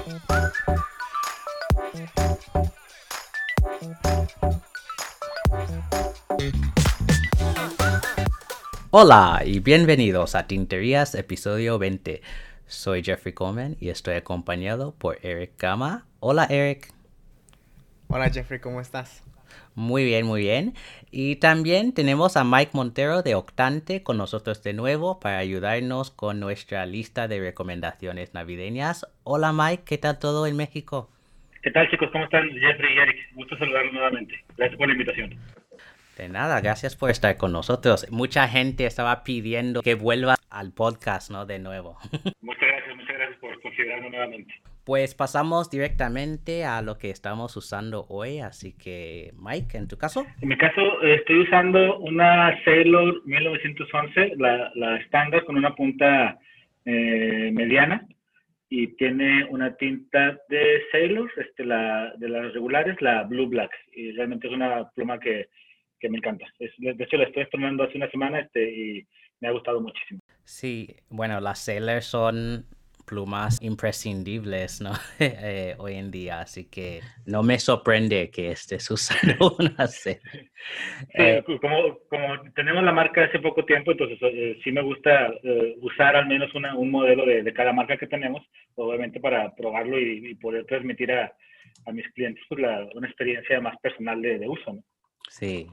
Hola y bienvenidos a Tinterías episodio 20. Soy Jeffrey Coleman y estoy acompañado por Eric Gama. Hola Eric. Hola Jeffrey, ¿cómo estás? Muy bien, muy bien. Y también tenemos a Mike Montero de Octante con nosotros de nuevo para ayudarnos con nuestra lista de recomendaciones navideñas. Hola Mike, ¿qué tal todo en México? ¿Qué tal, chicos? ¿Cómo están? Jeffrey y Eric. Gusto saludarlos nuevamente. Gracias por la invitación. De nada, gracias por estar con nosotros. Mucha gente estaba pidiendo que vuelva al podcast, ¿no? De nuevo. Muchas gracias por considerarnos nuevamente. Pues pasamos directamente a lo que estamos usando hoy, así que Mike, ¿en tu caso? En mi caso, estoy usando una Sailor 1911, la estándar con una punta mediana, y tiene una tinta de Sailor, de las regulares, la Blue Black, y realmente es una pluma que me encanta. De hecho, la estoy estrenando hace una semana y me ha gustado muchísimo. Sí, bueno, las Sailor son plumas imprescindibles, ¿no? Hoy en día, así que no me sorprende que estés usando una Sailor. Sí, como tenemos la marca hace poco tiempo, entonces sí me gusta usar al menos un modelo de cada marca que tenemos, obviamente para probarlo y poder transmitir a mis clientes pues, una experiencia más personal de uso, ¿no? Sí.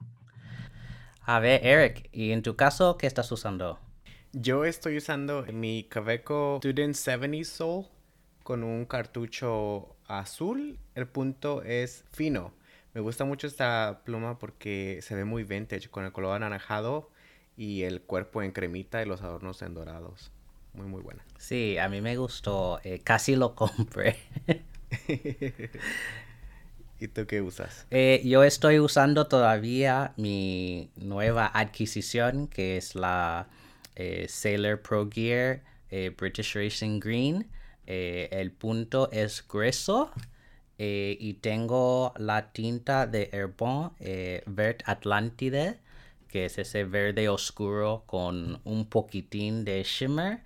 A ver, Eric, ¿y en tu caso qué estás usando? Yo estoy usando mi Kaweco Student 70 Soul con un cartucho azul. El punto es fino. Me gusta mucho esta pluma porque se ve muy vintage con el color anaranjado y el cuerpo en cremita y los adornos en dorados. Muy, muy buena. Sí, a mí me gustó, casi lo compré. ¿Y tú qué usas? Yo estoy usando todavía mi nueva adquisición, que es la Sailor Pro Gear British Racing Green. El punto es grueso y tengo la tinta de Herbon Vert Atlantide, que es ese verde oscuro con un poquitín de shimmer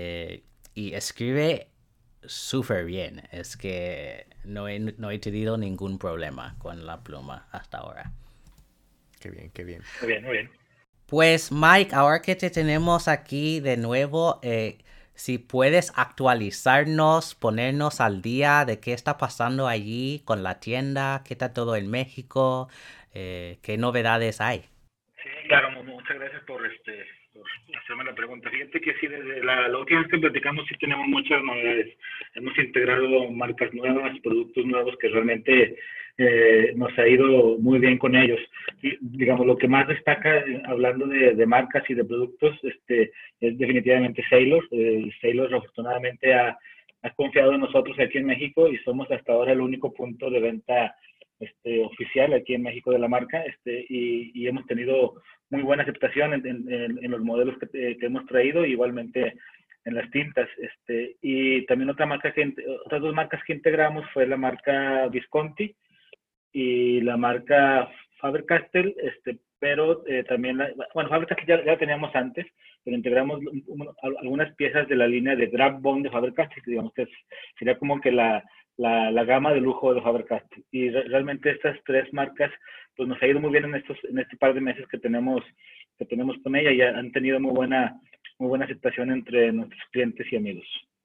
y escribe súper bien. Es que no he tenido ningún problema con la pluma hasta ahora. Qué bien, qué bien. Muy bien, muy bien. Pues Mike, ahora que te tenemos aquí de nuevo, si puedes actualizarnos, ponernos al día de qué está pasando allí con la tienda, qué está todo en México, qué novedades hay. Sí, claro, muchas gracias por hacerme la pregunta. Fíjate que sí, desde la última vez que platicamos sí tenemos muchas novedades. Hemos integrado marcas nuevas, productos nuevos que realmente nos ha ido muy bien con ellos. Y, digamos, lo que más destaca, hablando de marcas y de productos, es definitivamente Sailor. Sailor afortunadamente ha confiado en nosotros aquí en México y somos hasta ahora el único punto de venta oficial aquí en México de la marca, y hemos tenido muy buena aceptación en los modelos que hemos traído, igualmente en las tintas. Y también otras dos marcas que integramos fue la marca Visconti y la marca Faber-Castell, pero también, bueno, Faber-Castell ya la teníamos antes, pero integramos algunas piezas de la línea de Grab Bond de Faber-Castell, que digamos que sería como que la gama de lujo de Faber-Castell. Y realmente estas tres marcas pues nos ha ido muy bien en este par de meses que tenemos con ella y han tenido muy buena aceptación entre nuestros clientes y amigos.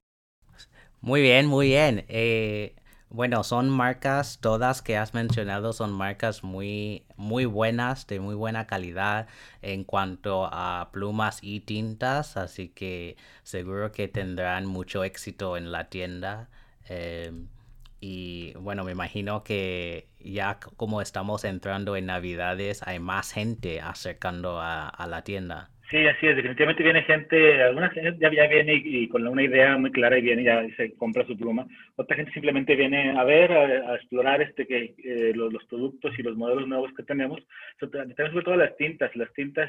Muy bien, muy bien. Bueno, son marcas, todas que has mencionado son marcas muy, muy buenas, de muy buena calidad en cuanto a plumas y tintas, así que seguro que tendrán mucho éxito en la tienda. Eh, y bueno, me imagino que ya como estamos entrando en Navidades, hay más gente acercando a la tienda. Sí, así es, definitivamente viene gente, alguna gente ya viene y con una idea muy clara y viene y ya se compra su pluma. Otra gente simplemente viene a ver, a explorar los productos y los modelos nuevos que tenemos. Tenemos sobre todo las tintas,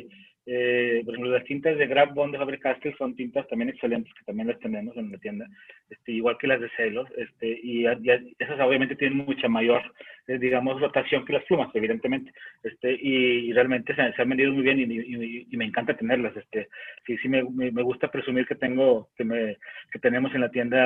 por ejemplo, las tintas de Grab Bond de Faber-Castell son tintas también excelentes que también las tenemos en la tienda, igual que las de Sailor, y esas obviamente tienen mucha mayor, digamos, rotación que las plumas, evidentemente. Y realmente se han vendido muy bien y me encanta tenerlas. Sí, me gusta presumir que tenemos en la tienda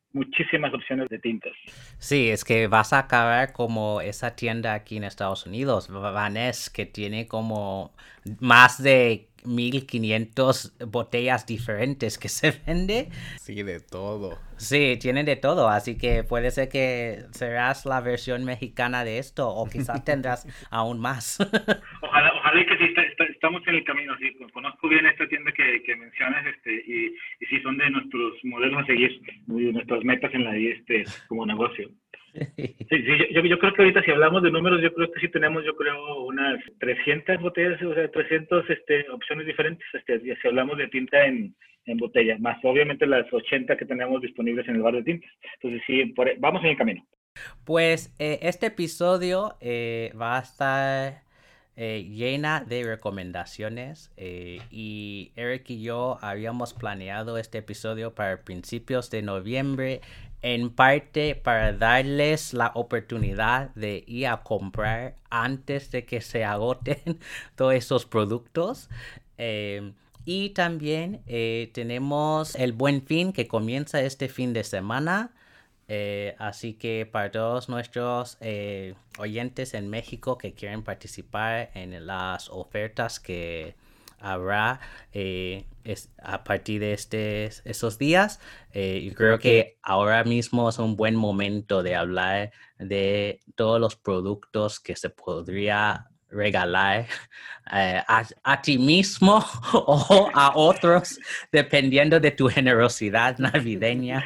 muchísimas opciones de tintas. Sí, es que vas a acabar como esa tienda aquí en Estados Unidos, Vaness, que tiene como más de 1500 botellas diferentes que se vende. Sí, de todo. Sí, tienen de todo, así que puede ser que serás la versión mexicana de esto o quizás tendrás aún más. Ojalá y que sí, estamos en el camino, sí, conozco bien esta tienda que mencionas, y sí son de nuestros modelos a seguir, de nuestras metas en la como negocio. Sí, yo creo que ahorita si hablamos de números, yo creo que sí tenemos, yo creo, unas 300 botellas, o sea, 300 opciones diferentes, si hablamos de tinta en botella, más obviamente las 80 que tenemos disponibles en el bar de tintas. Entonces sí, vamos en el camino. Pues este episodio va a estar llena de recomendaciones y Eric y yo habíamos planeado este episodio para principios de noviembre, en parte para darles la oportunidad de ir a comprar antes de que se agoten todos esos productos. Y también tenemos el Buen Fin que comienza este fin de semana. Así que para todos nuestros oyentes en México que quieren participar en las ofertas que habrá a partir de esos días, yo creo que ahora mismo es un buen momento de hablar de todos los productos que se podría regalar a ti mismo o a otros, dependiendo de tu generosidad navideña.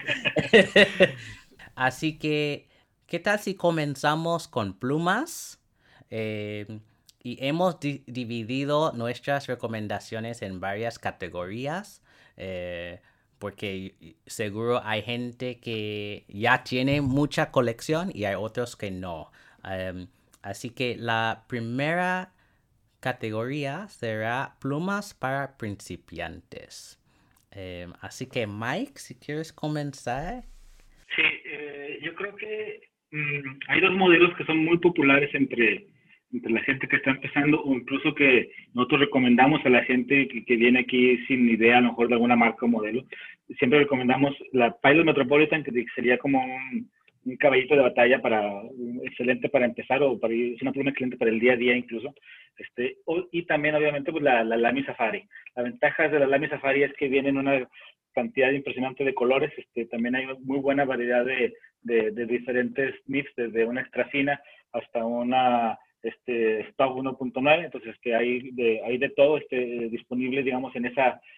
Así que, ¿qué tal si comenzamos con plumas? Y hemos dividido nuestras recomendaciones en varias categorías, porque seguro hay gente que ya tiene mucha colección y hay otros que no. Así que la primera categoría será plumas para principiantes. Así que Mike, si quieres comenzar. Sí, yo creo que hay dos modelos que son muy populares entre la gente que está empezando, o incluso que nosotros recomendamos a la gente que viene aquí sin idea a lo mejor de alguna marca o modelo. Siempre recomendamos la Pilot Metropolitan, que sería como un caballito de batalla excelente para empezar, o es una pluma excelente para el día a día incluso. Y también obviamente pues la Lamy Safari. La ventaja de la Lamy Safari es que vienen una cantidad impresionante de colores. También hay muy buena variedad de diferentes nibs, desde una extra fina hasta una stock 1.9. Entonces que hay de todo disponible, digamos, en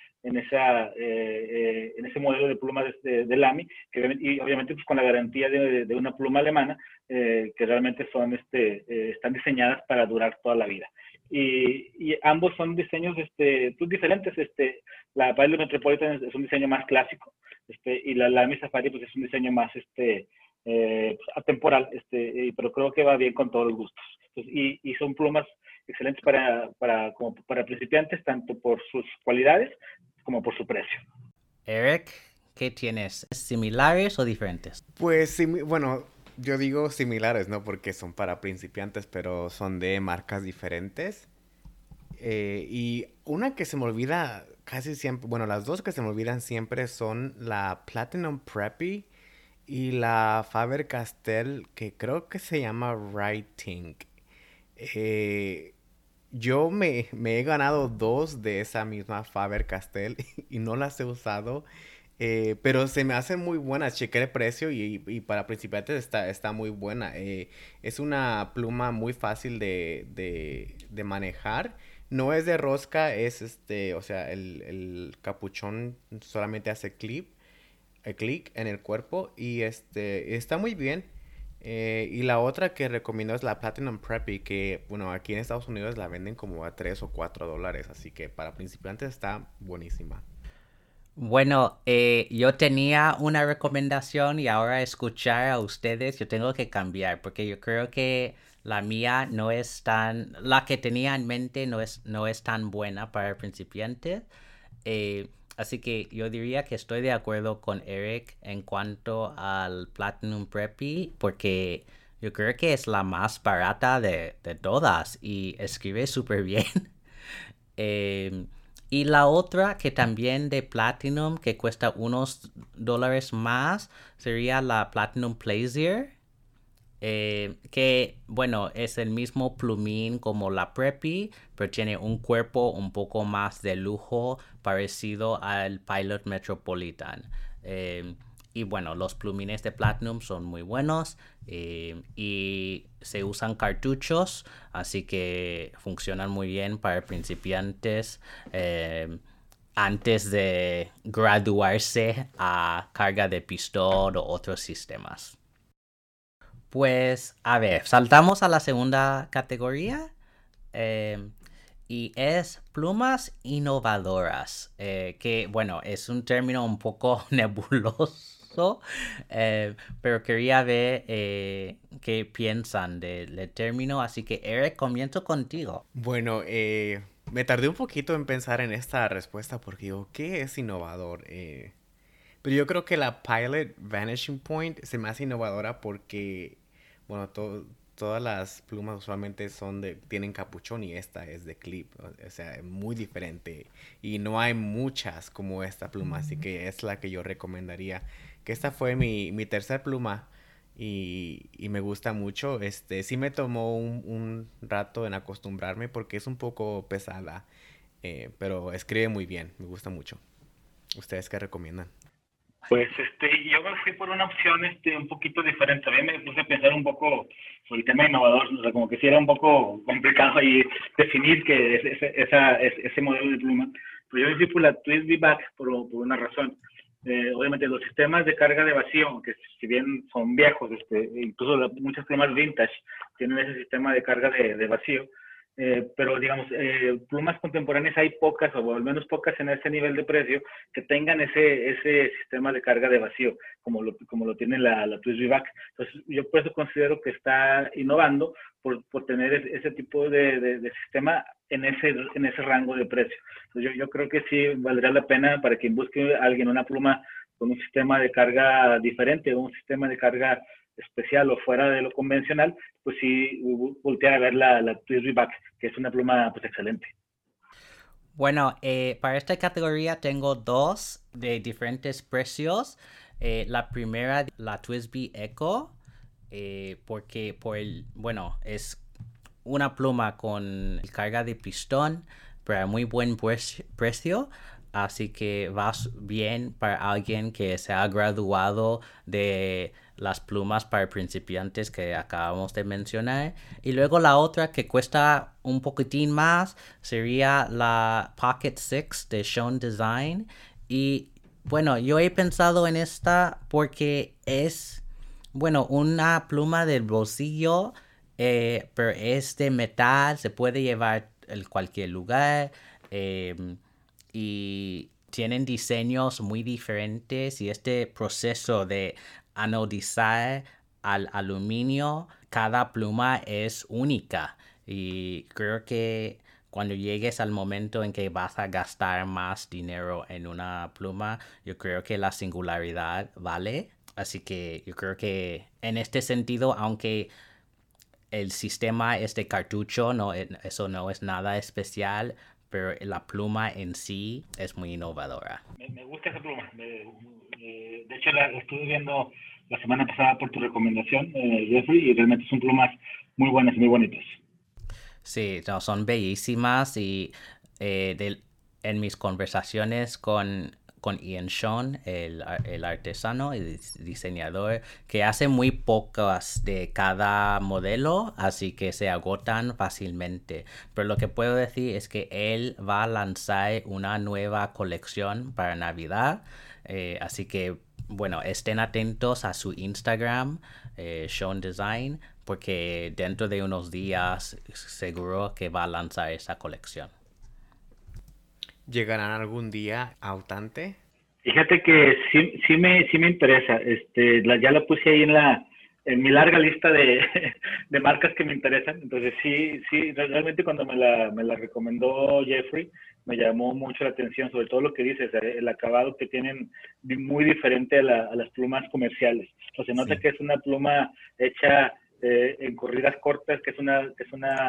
ese modelo de plumas de Lamy, y obviamente pues con la garantía de una pluma alemana, que realmente están diseñadas para durar toda la vida. Y ambos son diseños pues diferentes. La Pilot Metropolitan es un diseño más clásico, y la Lamy Safari pues es un diseño más atemporal, pero creo que va bien con todos los gustos. Entonces, y son plumas excelentes como para principiantes, tanto por sus cualidades como por su precio. Eric, ¿qué tienes? ¿Similares o diferentes? Pues sí, bueno, yo digo similares, ¿no? Porque son para principiantes, pero son de marcas diferentes. Y una que se me olvida casi siempre, bueno, las dos que se me olvidan siempre son la Platinum Preppy y la Faber-Castell, que creo que se llama Writing. Yo me he ganado dos de esa misma Faber-Castell y no las he usado. Pero se me hacen muy buenas. Chequé el precio y para principiantes está muy buena. Es una pluma muy fácil de manejar. No es de rosca, o sea, el capuchón solamente hace clic en el cuerpo y está muy bien. Y la otra que recomiendo es la Platinum Preppy, que bueno, aquí en Estados Unidos la venden como a $3 o $4, así que para principiantes está buenísima. Bueno, yo tenía una recomendación y ahora escuchar a ustedes, yo tengo que cambiar porque yo creo que la mía no es la que tenía en mente no es tan buena para principiantes. Así que yo diría que estoy de acuerdo con Eric en cuanto al Platinum Preppy, porque yo creo que es la más barata de todas y escribe súper bien. Y la otra que también de Platinum, que cuesta unos dólares más, sería la Platinum Plaisir. Que bueno, es el mismo plumín como la Preppy, pero tiene un cuerpo un poco más de lujo, parecido al Pilot Metropolitan. Y bueno, los plumines de Platinum son muy buenos y se usan cartuchos, así que funcionan muy bien para principiantes antes de graduarse a carga de pistón o otros sistemas. Pues, a ver, saltamos a la segunda categoría eh, y es plumas innovadoras, que bueno, es un término un poco nebuloso, pero quería ver qué piensan del término, así que Eric, comienzo contigo. Bueno, me tardé un poquito en pensar en esta respuesta porque digo, ¿qué es innovador? Pero yo creo que la Pilot Vanishing Point se me hace innovadora porque, bueno, todas las plumas usualmente tienen capuchón y esta es de clip, o sea, es muy diferente y no hay muchas como esta pluma, así que es la que yo recomendaría. Que esta fue mi tercer pluma y me gusta mucho. Sí me tomó un rato en acostumbrarme porque es un poco pesada, pero escribe muy bien, me gusta mucho. ¿Ustedes qué recomiendan? Pues yo me fui por una opción un poquito diferente. A mí me puse a pensar un poco sobre el tema innovador, o sea, como que sí era un poco complicado ahí definir que ese modelo de pluma. Pero yo me fui por la Twist V-Back por una razón. Obviamente los sistemas de carga de vacío, que si bien son viejos, incluso muchas plumas vintage tienen ese sistema de carga de vacío, pero digamos, plumas contemporáneas hay pocas, o al menos pocas en ese nivel de precio, que tengan ese sistema de carga de vacío, como lo tiene la Twist V-Back. Entonces, yo por eso considero que está innovando por tener ese tipo de sistema en ese rango de precio. Entonces, yo creo que sí valdría la pena para quien busque a alguien una pluma con un sistema de carga diferente, un sistema de carga especial o fuera de lo convencional, pues sí voltear a ver la Twist Back, que es una pluma pues excelente. Bueno, para esta categoría tengo dos de diferentes precios. La primera, la Twisby Echo, porque bueno, es una pluma con carga de pistón, pero a muy buen precio. Así que va bien para alguien que se ha graduado de las plumas para principiantes que acabamos de mencionar. Y luego la otra que cuesta un poquitín más sería la Pocket 6 de Shown Design. Y bueno, yo he pensado en esta porque es, bueno, una pluma del bolsillo, pero es de metal, se puede llevar en cualquier lugar. Y tienen diseños muy diferentes y este proceso de anodizar al aluminio, cada pluma es única y creo que cuando llegues al momento en que vas a gastar más dinero en una pluma, yo creo que la singularidad vale. Así que yo creo que en este sentido, aunque el sistema es de cartucho, no, eso no es nada especial, pero la pluma en sí es muy innovadora. Me gusta esa pluma. De hecho, la estuve viendo la semana pasada por tu recomendación, Jeffrey, y realmente son plumas muy buenas y muy bonitas. Sí, no, son bellísimas y en mis conversaciones con Ian Sean, el artesano y diseñador, que hace muy pocas de cada modelo, así que se agotan fácilmente. Pero lo que puedo decir es que él va a lanzar una nueva colección para Navidad, así que bueno, estén atentos a su Instagram, Sean Design, porque dentro de unos días seguro que va a lanzar esa colección. ¿Llegarán algún día a Autante? Fíjate que sí me interesa. Ya la puse ahí en mi larga lista de marcas que me interesan. Entonces sí, realmente cuando me la recomendó Jeffrey, me llamó mucho la atención, sobre todo lo que dices, el acabado que tienen muy diferente a las plumas comerciales. O sea, se nota Sí. que es una pluma hecha en corridas cortas, que es una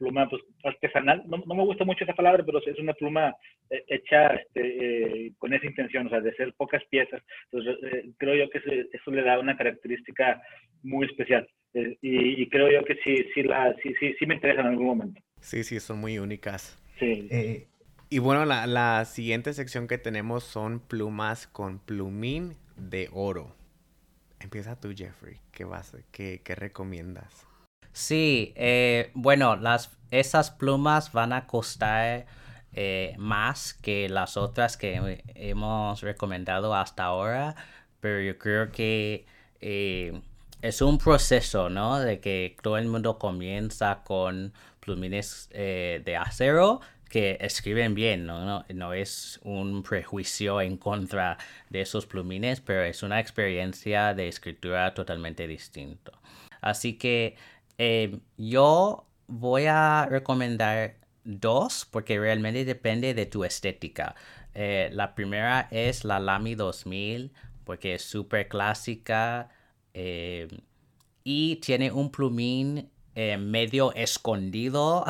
pluma pues, artesanal. No me gusta mucho esa palabra, pero es una pluma hecha con esa intención, o sea, de ser pocas piezas. Entonces, creo yo que eso le da una característica muy especial. Y creo yo que sí me interesa en algún momento. Sí, sí, son muy únicas. Sí. Y bueno, la siguiente sección que tenemos son plumas con plumín de oro. Empieza tú, Jeffrey. ¿Qué recomiendas? Sí, bueno, esas plumas van a costar más que las otras que hemos recomendado hasta ahora, pero yo creo que es un proceso, ¿no? De que todo el mundo comienza con plumines de acero que escriben bien, ¿no? No es un prejuicio en contra de esos plumines, pero es una experiencia de escritura totalmente distinta. Así que yo voy a recomendar dos porque realmente depende de tu estética. La primera es la Lamy 2000 porque es súper clásica y tiene un plumín medio escondido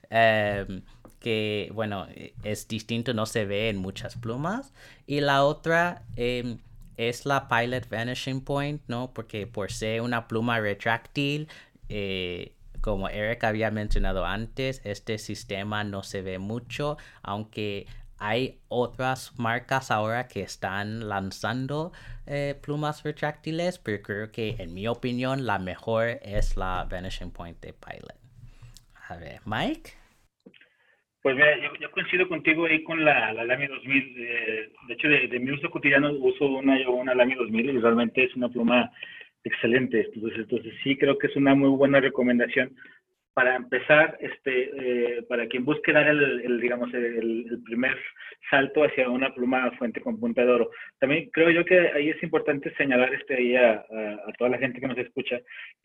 que, bueno, es distinto, no se ve en muchas plumas. Y la otra es la Pilot Vanishing Point, ¿no? Porque por ser una pluma retráctil, como Eric había mencionado antes, este sistema no se ve mucho, aunque hay otras marcas ahora que están lanzando plumas retráctiles, pero creo que en mi opinión la mejor es la Vanishing Point de Pilot. A ver, Mike. Pues mira, yo coincido contigo ahí con la Lamy 2000. De hecho, de mi uso cotidiano uso una Lamy 2000 y realmente es una pluma excelente. Entonces sí creo que es una muy buena recomendación. Para empezar, para quien busque dar digamos, el primer salto hacia una pluma fuente con punta de oro. También creo yo que ahí es importante señalar ahí a toda la gente que nos escucha,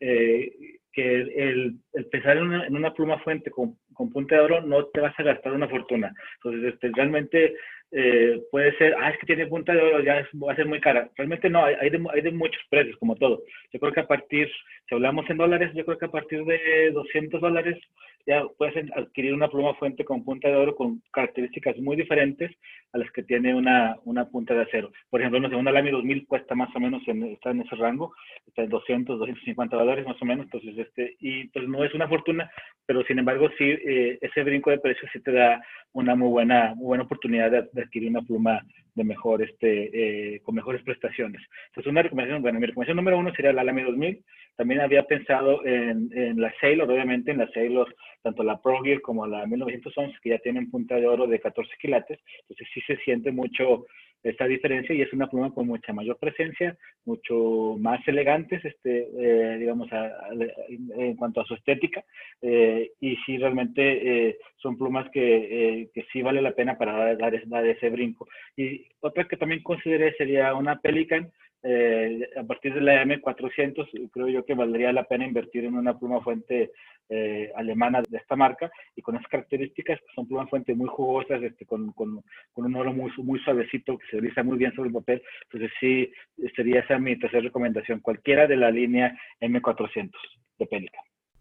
que el pensar en una pluma fuente con punta de oro no te vas a gastar una fortuna. Entonces, realmente puede ser, es que tiene punta de oro, va a ser muy cara. Realmente no, hay de muchos precios, como todo. Yo creo que si hablamos en dólares, yo creo que a partir de $200 ya puedes adquirir una pluma fuente con punta de oro con características muy diferentes a las que tiene una punta de acero. Por ejemplo, no sé, una Lamy 2000 cuesta más o menos, está en ese rango, está en $250 más o menos, entonces, y pues no es una fortuna, pero sin embargo sí, ese brinco de precio sí te da una muy buena oportunidad de adquirir una pluma de mejor, con mejores prestaciones. Entonces, una recomendación, bueno, mi recomendación número uno sería la Lamy 2000. También había pensado en la Sailor, obviamente, en la Sailor, tanto la Pro Gear como la 1911, que ya tienen punta de oro de 14 quilates. Entonces, sí se siente mucho esta diferencia y es una pluma con mucha mayor presencia, mucho más elegantes, digamos, en cuanto a su estética, y sí realmente son plumas que sí vale la pena para dar ese brinco. Y otra que también consideré sería una Pelican, a partir de la M400, creo yo que valdría la pena invertir en una pluma fuente alemana de esta marca y con esas características, que son plumas fuente muy jugosas, con un oro muy suavecito que se desliza muy bien sobre el papel. Entonces sí, sería esa mi tercera recomendación, cualquiera de la línea M400 de Pelican.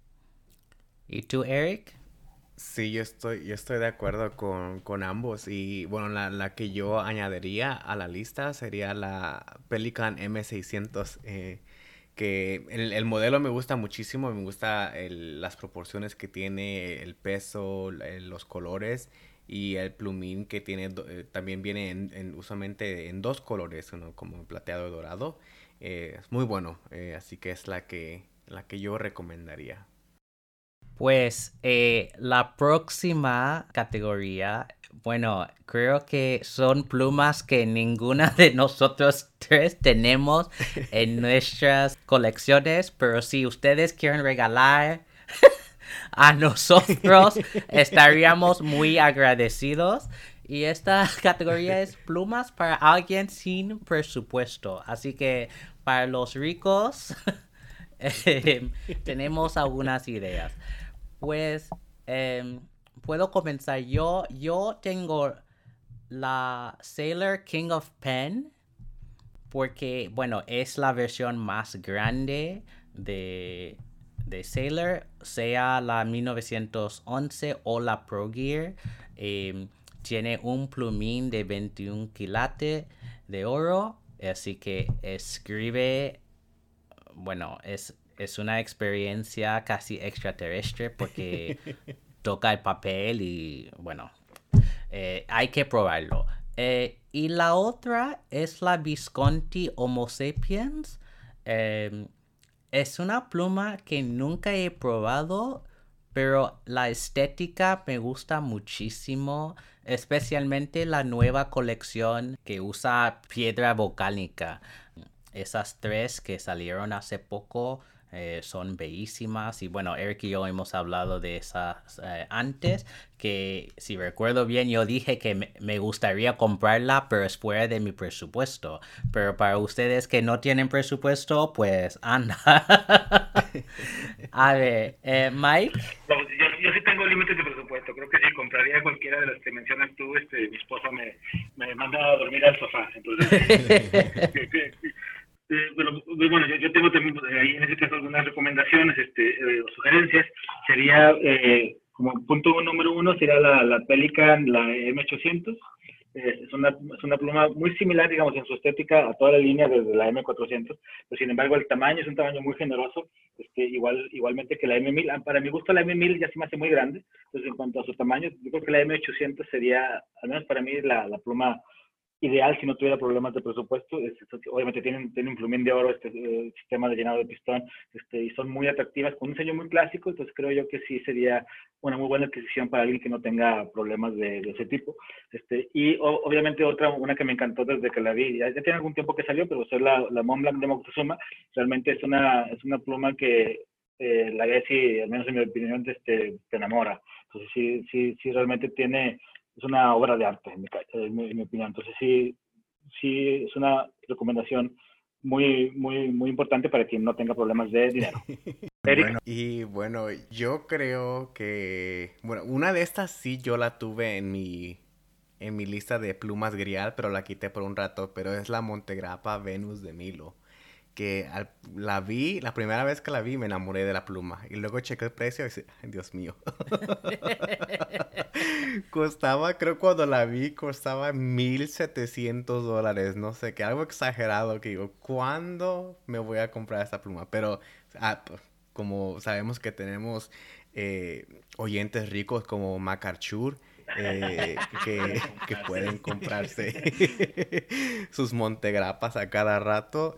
¿Y tú, Eric? Sí, yo estoy de acuerdo con ambos. Y bueno, la que yo añadiría a la lista sería la Pelican M600. Que el modelo me gusta muchísimo, me gusta las proporciones que tiene, el peso, los colores y el plumín que tiene, también viene usualmente en dos colores, uno como plateado y dorado. Es muy bueno, así que es la que yo recomendaría. Pues la próxima categoría, bueno, creo que son plumas que ninguna de nosotros tres tenemos en nuestras colecciones, pero si ustedes quieren regalar a nosotros, estaríamos muy agradecidos. Y esta categoría es plumas para alguien sin presupuesto. Así que para los ricos tenemos algunas ideas. Pues puedo comenzar. Yo tengo la Sailor King of Pen porque, bueno, es la versión más grande de Sailor, sea la 1911 o la Pro Gear. Tiene un plumín de 21 quilates de oro, así que escribe, bueno, es una experiencia casi extraterrestre porque toca el papel y bueno, hay que probarlo. Y la otra es la Visconti Homo Sapiens. Es una pluma que nunca he probado, pero la estética me gusta muchísimo, especialmente la nueva colección que usa piedra volcánica. Esas tres que salieron hace poco son bellísimas y bueno, Eric y yo hemos hablado de esas antes, que si recuerdo bien yo dije que me gustaría comprarla, pero es fuera de mi presupuesto. Pero para ustedes que no tienen presupuesto, pues anda. A ver, Mike. No, yo sí tengo límites de presupuesto. Creo que si compraría cualquiera de las que mencionas tú, mi esposa me manda a dormir al sofá. Entonces, bueno, yo tengo también ahí en ese caso algunas recomendaciones o sugerencias. Sería, como punto número uno, sería la Pelican, la M800. Es una pluma muy similar, digamos, en su estética a toda la línea desde la M400, pero sin embargo el tamaño es un tamaño muy generoso, igualmente que la M1000. Para mi gusto la M1000 ya se me hace muy grande, entonces en cuanto a su tamaño, yo creo que la M800 sería, al menos para mí, la pluma ideal si no tuviera problemas de presupuesto. Obviamente tienen un plumín de oro, sistema de llenado de pistón, y son muy atractivas, con un diseño muy clásico, entonces creo yo que sí sería una muy buena adquisición para alguien que no tenga problemas de ese tipo. Y obviamente una que me encantó desde que la vi, ya tiene algún tiempo que salió, pero es la Mont Blanc de Moctezuma. Realmente es una pluma que la ves y, al menos en mi opinión, te enamora. Entonces sí realmente es una obra de arte, en mi opinión. Entonces sí es una recomendación muy, muy, muy importante para quien no tenga problemas de dinero. Eric. Bueno, yo creo que, bueno, una de estas sí yo la tuve en mi lista de plumas grial, pero la quité por un rato, pero es la Montegrappa Venus de Milo. Que la primera vez que la vi me enamoré de la pluma. Y luego chequé el precio y dije, ay, Dios mío. Creo cuando la vi, costaba $1,700. No sé, que algo exagerado que digo, ¿cuándo me voy a comprar esta pluma? Pero como sabemos que tenemos oyentes ricos como Macarchur, que pueden comprarse sus montegrapas a cada rato.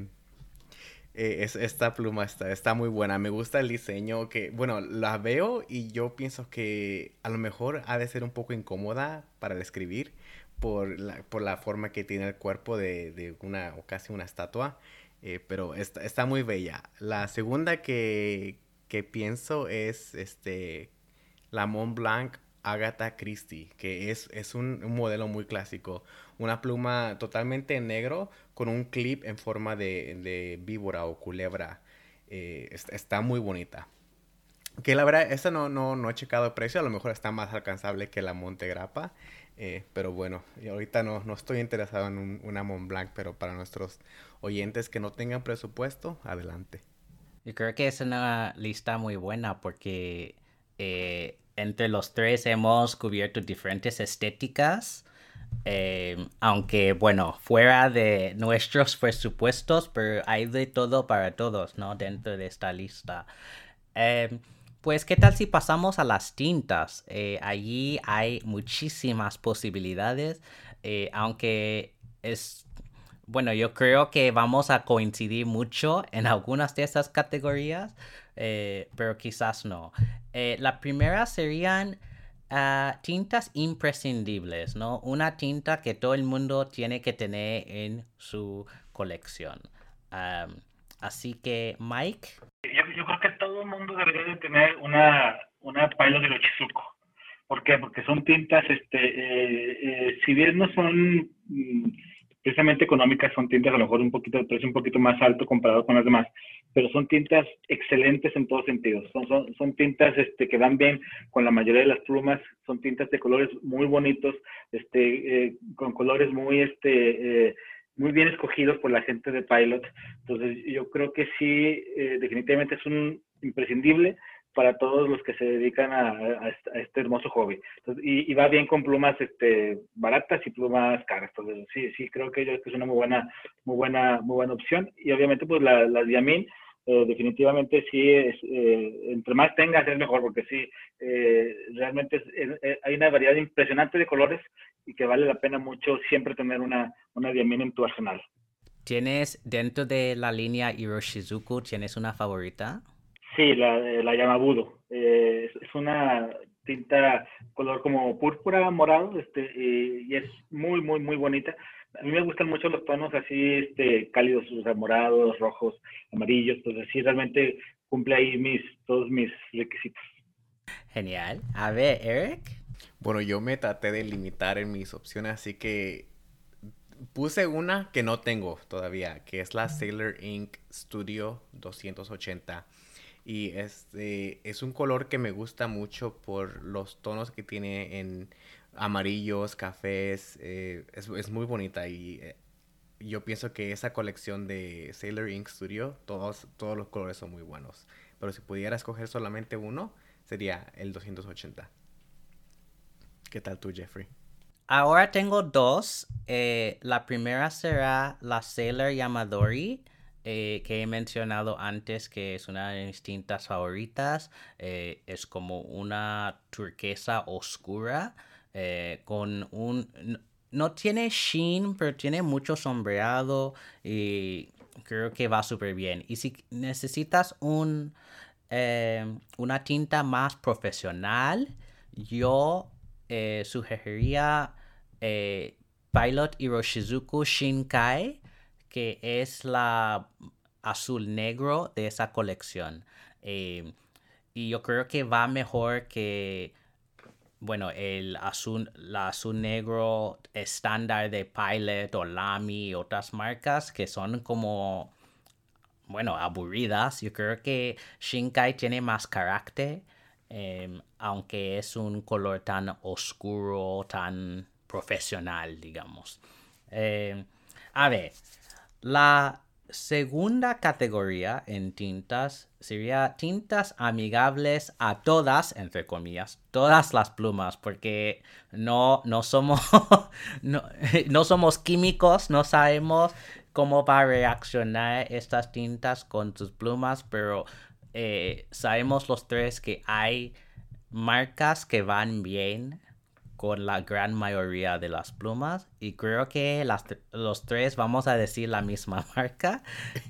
Esta pluma está muy buena. Me gusta el diseño bueno, la veo y yo pienso que a lo mejor ha de ser un poco incómoda para el escribir por la forma que tiene el cuerpo de o casi una estatua. Pero está muy bella. La segunda que pienso es la Mont Blanc Agatha Christie, que es un modelo muy clásico. Una pluma totalmente en negro con un clip en forma de víbora o culebra. Está muy bonita. Que la verdad, esta no he checado el precio. A lo mejor está más alcanzable que la Montegrappa. Pero bueno, y ahorita no estoy interesado en una Mont Blanc, pero para nuestros oyentes que no tengan presupuesto, adelante. Yo creo que es una lista muy buena porque entre los tres hemos cubierto diferentes estéticas, aunque bueno, fuera de nuestros presupuestos, pero hay de todo para todos, ¿no? Dentro de esta lista. Pues, ¿qué tal si pasamos a las tintas? Allí hay muchísimas posibilidades, aunque bueno, yo creo que vamos a coincidir mucho en algunas de esas categorías, pero quizás no. La primera serían tintas imprescindibles, ¿no? Una tinta que todo el mundo tiene que tener en su colección. Así que, Mike. Yo creo que todo el mundo debería de tener una Pilot de Lochizuko. ¿Por qué? Porque son tintas, si bien no son precisamente económicas, son tintas a lo mejor de precio un poquito más alto comparado con las demás, pero son tintas excelentes en todos sentidos. Son tintas que van bien con la mayoría de las plumas, son tintas de colores muy bonitos, con colores muy muy bien escogidos por la gente de Pilot. Entonces, yo creo que sí, definitivamente es un imprescindible para todos los que se dedican a este hermoso hobby. Entonces, y va bien con plumas baratas y plumas caras. Entonces, sí, sí, creo que es una muy buena opción. Y obviamente, pues las Diamine, definitivamente sí, entre más tengas es mejor, porque sí, realmente hay una variedad impresionante de colores y que vale la pena mucho siempre tener una Diamine en tu arsenal. ¿Tienes dentro de la línea Iroshizuku, tienes una favorita? Sí, la Yamabudo. Es una tinta color como púrpura, morado, y es muy bonita. A mí me gustan mucho los tonos así, cálidos, o sea, morados, rojos, amarillos. Entonces sí, realmente cumple ahí todos mis requisitos. Genial. A ver, Eric. Bueno, yo me traté de limitar en mis opciones, así que puse una que no tengo todavía, que es la Sailor Ink Studio 280. Y es un color que me gusta mucho por los tonos que tiene en amarillos, cafés. Es muy bonita y yo pienso que esa colección de Sailor Ink Studio, todos los colores son muy buenos. Pero si pudiera escoger solamente uno, sería el 280. ¿Qué tal tú, Jeffrey? Ahora tengo dos. La primera será la Sailor Yamadori, que he mencionado antes, que es una de mis tintas favoritas. Es como una turquesa oscura, con no tiene sheen, pero tiene mucho sombreado y creo que va súper bien. Y si necesitas una tinta más profesional, yo sugeriría Pilot Iroshizuku Shinkai, que es la azul negro de esa colección. Y yo creo que va mejor que, bueno, la azul negro estándar de Pilot o Lamy y otras marcas que son como, bueno, aburridas. Yo creo que Shinkai tiene más carácter, aunque es un color tan oscuro, tan profesional, digamos. A ver, la segunda categoría en tintas sería tintas amigables a todas, entre comillas, todas las plumas, porque no somos, no, no somos químicos, no sabemos cómo va a reaccionar estas tintas con tus plumas, pero sabemos los tres que hay marcas que van bien con la gran mayoría de las plumas y creo que los tres vamos a decir la misma marca.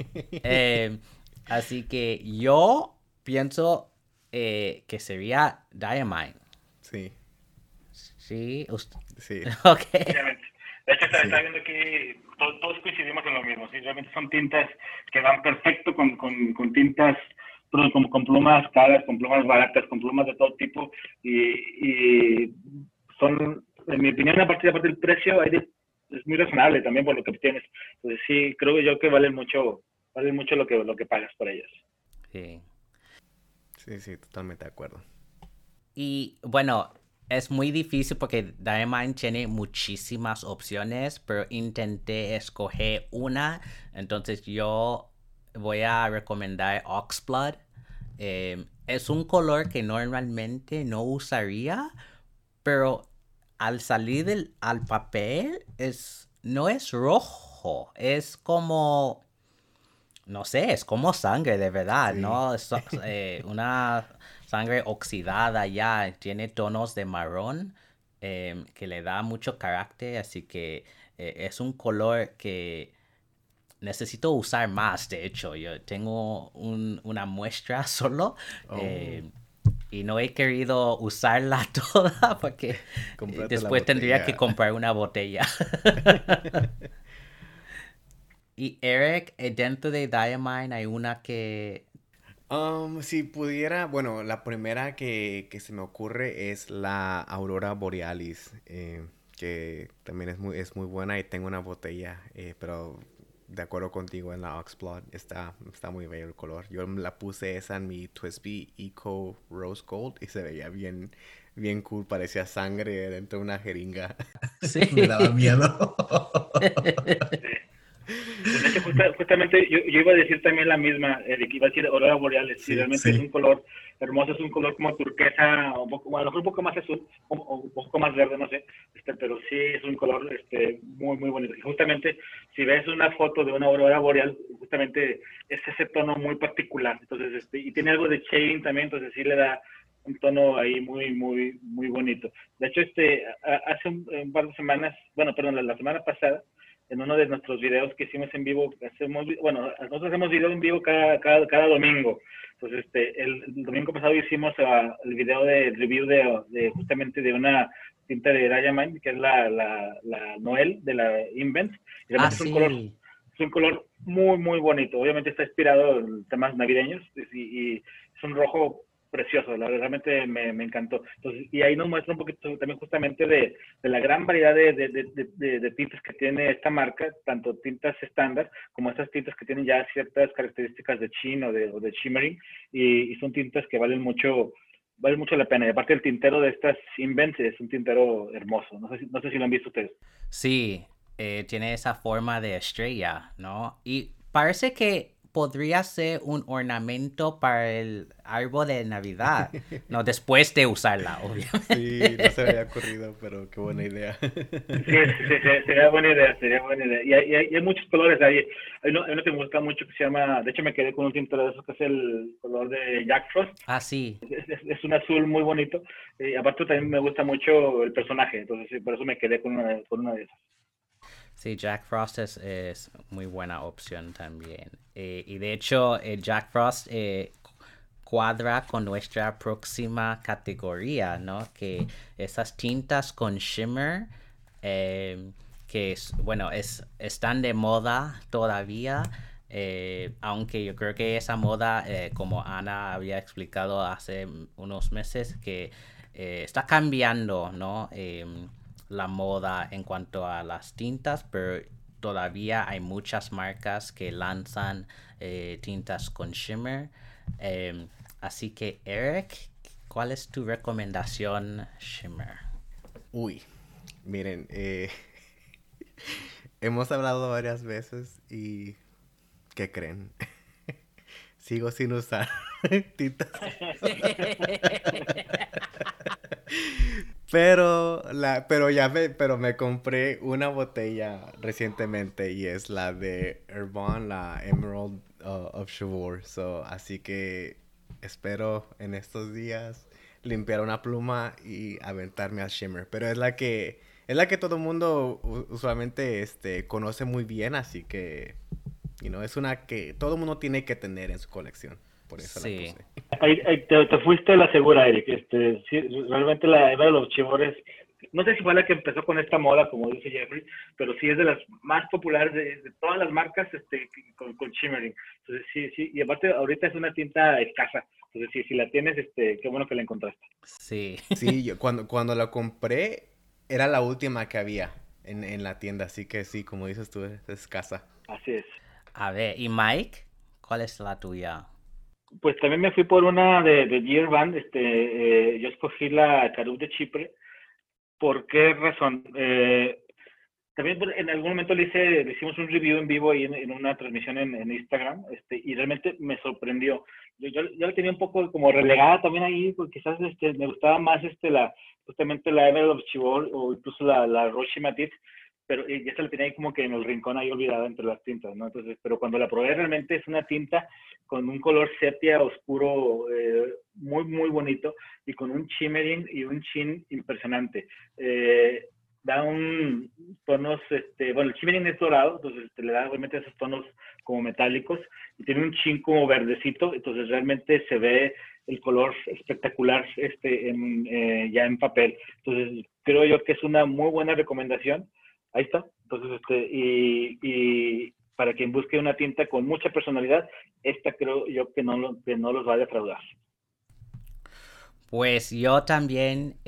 Así que yo pienso que sería Diamine. Sí, Sí, sí, ok. Obviamente. De hecho, sí. está viendo aquí, todos coincidimos en lo mismo, ¿sí? Realmente son tintas que van perfecto con tintas, con plumas caras, con plumas baratas, con plumas de todo tipo, y son, en mi opinión, aparte del precio, es muy razonable también por lo que obtienes. Entonces sí, creo yo que vale mucho lo que pagas por ellas. Sí. Sí, sí, totalmente de acuerdo. Y bueno, es muy difícil porque Diamond tiene muchísimas opciones, pero intenté escoger una. Entonces yo voy a recomendar Oxblood. Es un color que normalmente no usaría, pero al salir al papel no es rojo, es como, no sé, es como sangre de verdad, Sí. ¿no? Es una sangre oxidada ya, tiene tonos de marrón, que le da mucho carácter, así que es un color que necesito usar más, de hecho. Yo tengo una muestra solo, Oh, y no he querido usarla toda porque cómprate la después tendría que botella. comprar una botella. Y Eric, dentro de Diamine hay una que... Si pudiera, bueno, la primera que se me ocurre es la Aurora Borealis, que también es muy buena y tengo una botella, pero de acuerdo contigo en la Oxblood, está muy bello el color. Yo la puse esa en mi Twisby Eco Rose Gold y se veía bien cool, parecía sangre dentro de una jeringa. Me daba Sí. miedo. Sí. Pues de hecho, justamente yo iba a decir también la misma, Eric, iba a decir aurora boreales, y Sí, realmente es sí. un color hermoso, es un color como turquesa, un poco, a lo mejor un poco más azul, o un poco más verde, no sé, pero sí es un color muy, muy bonito. Y justamente, si ves una foto de una aurora boreal, justamente es ese tono muy particular, entonces, y tiene algo de shading también, entonces sí le da un tono ahí muy, muy, muy bonito. De hecho, hace un par de semanas, bueno, perdón, la semana pasada, en uno de nuestros videos que hicimos en vivo, bueno, nosotros hacemos video en vivo cada domingo. Entonces, el domingo pasado hicimos el video de review justamente de una tinta de Diamond, que es la Noel de la Invent. Y Ah, realmente sí. es un color muy, muy bonito. Obviamente está inspirado en temas navideños y es un rojo precioso, la verdad, realmente me encantó. Entonces, y ahí nos muestra un poquito también justamente de la gran variedad de tintas que tiene esta marca, tanto tintas estándar como estas tintas que tienen ya ciertas características de chin o de shimmering, y son tintas que vale mucho la pena. Y aparte el tintero de estas Invents es un tintero hermoso. No sé si lo han visto ustedes. Sí, tiene esa forma de estrella, ¿no? Y parece que podría ser un ornamento para el árbol de Navidad, ¿no? Después de usarla, Sí, no se me obviamente. había ocurrido, pero qué buena idea. Sería buena idea, sería buena idea. Y hay muchos colores. Hay uno que me gusta mucho que se llama, de hecho me quedé con un tintero de esos que es el color de Jack Frost. Ah, sí. Es un azul muy bonito. Y aparte también me gusta mucho el personaje, entonces sí, por eso me quedé con una de esas. Sí, Jack Frost es muy buena opción también. Y de hecho, Jack Frost cuadra con nuestra próxima categoría, ¿no? Que esas tintas con shimmer, eh, que bueno, están de moda todavía, aunque yo creo que esa moda, como Ana había explicado hace unos meses, que está cambiando, ¿no? La moda en cuanto a las tintas, pero todavía hay muchas marcas que lanzan tintas con shimmer. Eh, Así que, Eric, ¿cuál es tu recomendación shimmer? Uy, miren, hemos hablado varias veces y ¿qué creen? Sigo sin usar tintas. Pero me compré una botella recientemente y es la de Herbon, la Emerald of Chivor. Así que espero en estos días limpiar una pluma y aventarme al shimmer. Pero es la que todo el mundo usualmente conoce muy bien, así que es una que todo el mundo tiene que tener en su colección. Por eso la Sí. puse. Ahí te fuiste a la segura, Eric. Sí, realmente la Eva de los Chivores, no sé si fue la que empezó con esta moda, como dice Jeffrey, pero sí es de las más populares de todas las marcas con shimmering. Entonces, sí, sí, y aparte ahorita es una tinta escasa. Entonces, sí, si la tienes, qué bueno que la encontraste. Sí. Sí, yo cuando la compré era la última que había en la tienda, así que sí, como dices tú, es escasa. Así es. A ver, ¿y Mike? ¿Cuál es la tuya? Pues también me fui por una de Deer Band. Yo escogí la Carub de Chipre. ¿Por qué razón? También en algún momento le hicimos un review en vivo ahí en una transmisión en Instagram, y realmente me sorprendió. Yo la tenía un poco como relegada también ahí, porque quizás me gustaba más justamente la Emerald of Chivor o incluso la Roshi Matisse, pero ya se la tenía ahí como que en el rincón ahí olvidada entre las tintas, ¿no? Entonces, pero cuando la probé realmente es una tinta con un color sepia oscuro, muy, muy bonito, y con un shimmering y un chin impresionante. Da un tonos, bueno, el shimmering es dorado, entonces le da obviamente esos tonos como metálicos, y tiene un chin como verdecito, entonces realmente se ve el color espectacular ya en papel. Entonces creo yo que es una muy buena recomendación. Ahí está. Entonces, y para quien busque una tinta con mucha personalidad, esta creo yo que no los va a defraudar. Pues yo también,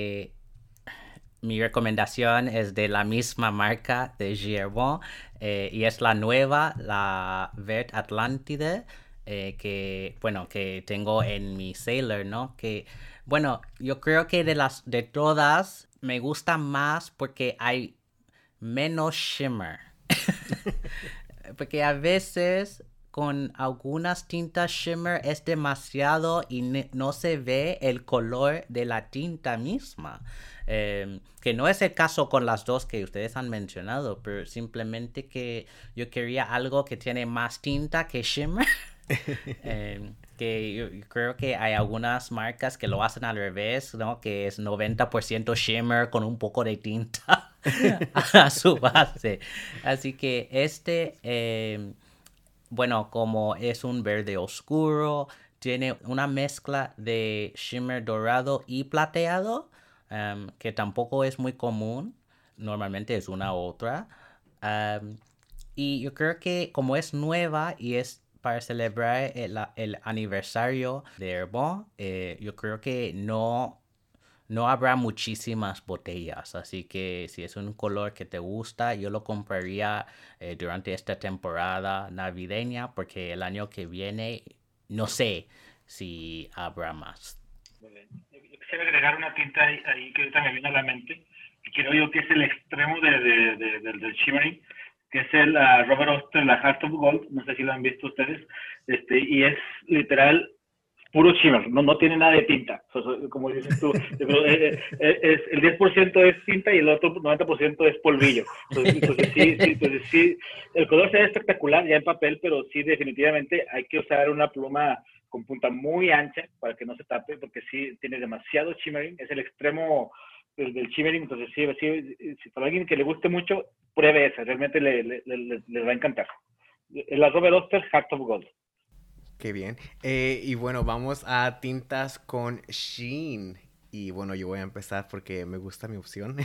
mi recomendación es de la misma marca de Girbon, y es la nueva, la Vert Atlántide, bueno, que tengo en mi Sailor, ¿no? Que, bueno, yo creo que de todas me gusta más porque hay menos shimmer. Porque a veces con algunas tintas shimmer es demasiado y no se ve el color de la tinta misma. Que no es el caso con las dos que ustedes han mencionado, pero simplemente que yo quería algo que tiene más tinta que shimmer. Que yo creo que hay algunas marcas que lo hacen al revés, ¿no? Que es 90% shimmer con un poco de tinta a su base. Así que bueno, como es un verde oscuro, tiene una mezcla de shimmer dorado y plateado, que tampoco es muy común. Normalmente es una u otra. Um, y yo creo que como es nueva y es para celebrar el aniversario de Herbon, yo creo que no habrá muchísimas botellas, así que si es un color que te gusta, yo lo compraría durante esta temporada navideña, porque el año que viene no sé si habrá más. Muy bien. Yo quisiera agregar una tinta ahí que ahorita me viene a la mente, que creo yo que es el extremo del shimmering, que es el Robert Oster, la Heart of Gold, no sé si lo han visto ustedes, y es literal puro shimmer, no tiene nada de tinta. Como dices tú, el 10% es tinta y el otro 90% es polvillo. Entonces sí, el color se ve espectacular ya en papel, pero sí definitivamente hay que usar una pluma con punta muy ancha para que no se tape, porque sí tiene demasiado shimmering, es el extremo del shimmering, entonces sí, para alguien que le guste mucho, pruebe esa, realmente le va a encantar. La Robert Oster Heart of Gold. Qué bien. Y bueno, vamos a tintas con Sheen. Y bueno, yo voy a empezar porque me gusta mi opción.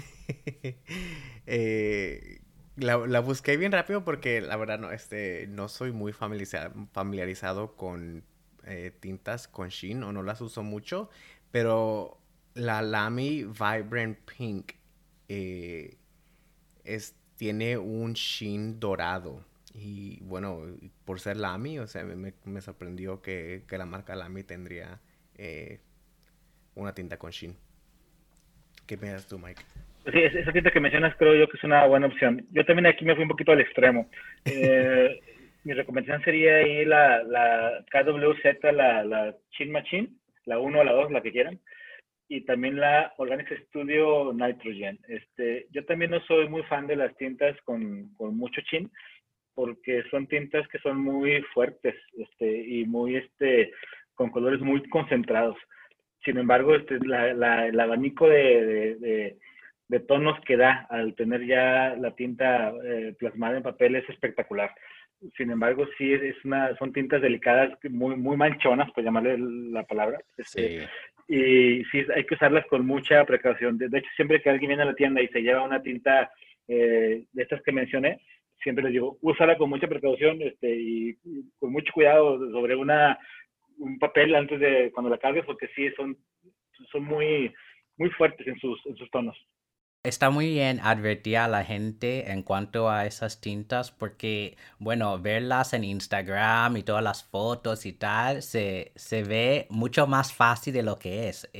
La busqué bien rápido porque la verdad no soy muy familiarizado con tintas con Sheen o no las uso mucho. Pero la Lamy Vibrant Pink eh, tiene un Sheen dorado. Y bueno, por ser Lamy, o sea, me sorprendió que la marca Lamy tendría eh, una tinta con Sheen. ¿Qué piensas tú, Mike? Sí, esa tinta que mencionas creo yo que es una buena opción. Yo también aquí me fui un poquito al extremo. Mi recomendación sería ahí la KWZ, la Chin Machine, la uno o la 2 la que quieran, y también la Organic Studio Nitrogen. Yo también no soy muy fan de las tintas con mucho chin, porque son tintas que son muy fuertes y muy con colores muy concentrados. Sin embargo, el abanico de tonos que da al tener ya la tinta plasmada en papel es espectacular. Sin embargo, sí son tintas delicadas, muy manchonas, por llamarle la palabra. Sí. Y sí, hay que usarlas con mucha precaución. De hecho, siempre que alguien viene a la tienda y se lleva una tinta de estas que mencioné, siempre les digo, úsala con mucha precaución y con mucho cuidado sobre un papel antes de cuando la cargues, porque sí son muy fuertes en sus tonos. Está muy bien advertir a la gente en cuanto a esas tintas porque, bueno, verlas en Instagram y todas las fotos y tal, se ve mucho más fácil de lo que es.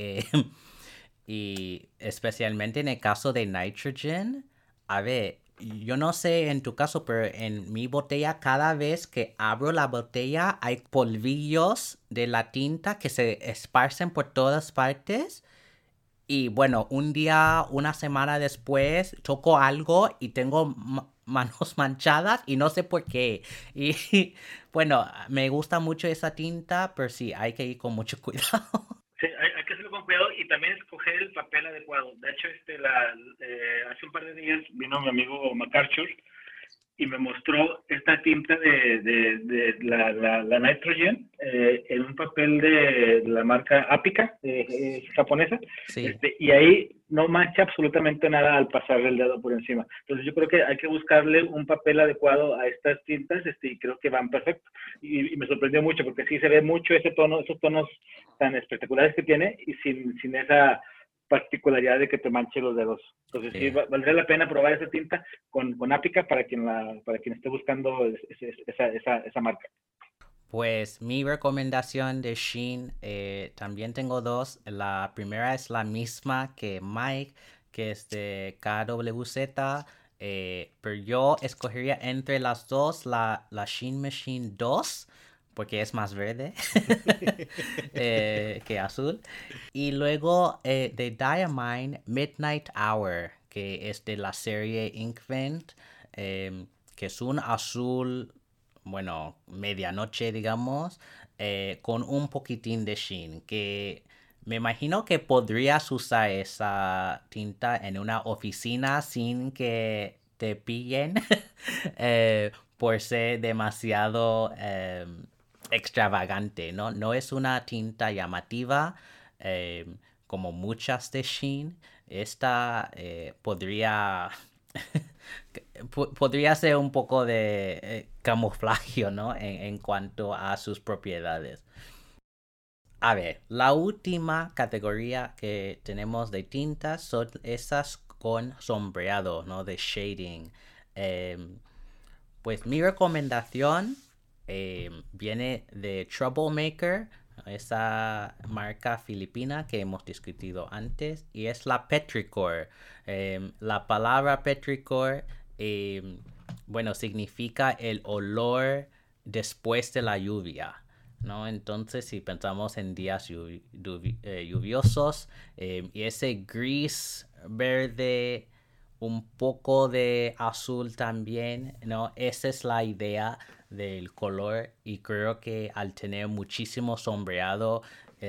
Y especialmente en el caso de Nitrogen, a ver, yo no sé en tu caso, pero en mi botella cada vez que abro la botella hay polvillos de la tinta que se esparcen por todas partes. Y bueno, un día, una semana después, toco algo y tengo manos manchadas y no sé por qué. Y bueno, me gusta mucho esa tinta, pero sí, hay que ir con mucho cuidado. Sí, hay que hacerlo con cuidado y también escoger el papel adecuado. De hecho, hace un par de días vino mi amigo MacArthur y me mostró esta tinta de la Nitrogen en un papel de la marca Apica, japonesa, Sí. y ahí no mancha absolutamente nada al pasarle el dedo por encima. Entonces yo creo que hay que buscarle un papel adecuado a estas tintas y creo que van perfecto. Y me sorprendió mucho porque sí se ve mucho ese tono, esos tonos tan espectaculares que tiene y sin esa particularidad de que te manche los dedos. Entonces sí, Sí. valdría la pena probar esa tinta con Apica para quien esté buscando esa marca. Pues mi recomendación de Shein, también tengo dos. La primera es la misma que Mike, que es de KWZ. Pero yo escogería entre las dos la Sheen Machine 2, porque es más verde que azul. Y luego de Diamine, Midnight Hour, que es de la serie Inkvent, que es un azul, bueno, medianoche, digamos, con un poquitín de sheen, que me imagino que podrías usar esa tinta en una oficina sin que te pillen por ser demasiado extravagante, ¿no? No es una tinta llamativa como muchas de Sheen. Esta podría podría ser un poco de camuflaje, ¿no? En cuanto a sus propiedades. A ver, la última categoría que tenemos de tintas son esas con sombreado, ¿no? De shading. Pues mi recomendación viene de Troublemaker, esa marca filipina que hemos discutido antes, y es la Petrichor. La palabra Petrichor, bueno, significa el olor después de la lluvia, ¿no? Entonces, si pensamos en días lluviosos, y ese gris, verde, un poco de azul también, ¿no? Esa es la idea del color, y creo que al tener muchísimo sombreado,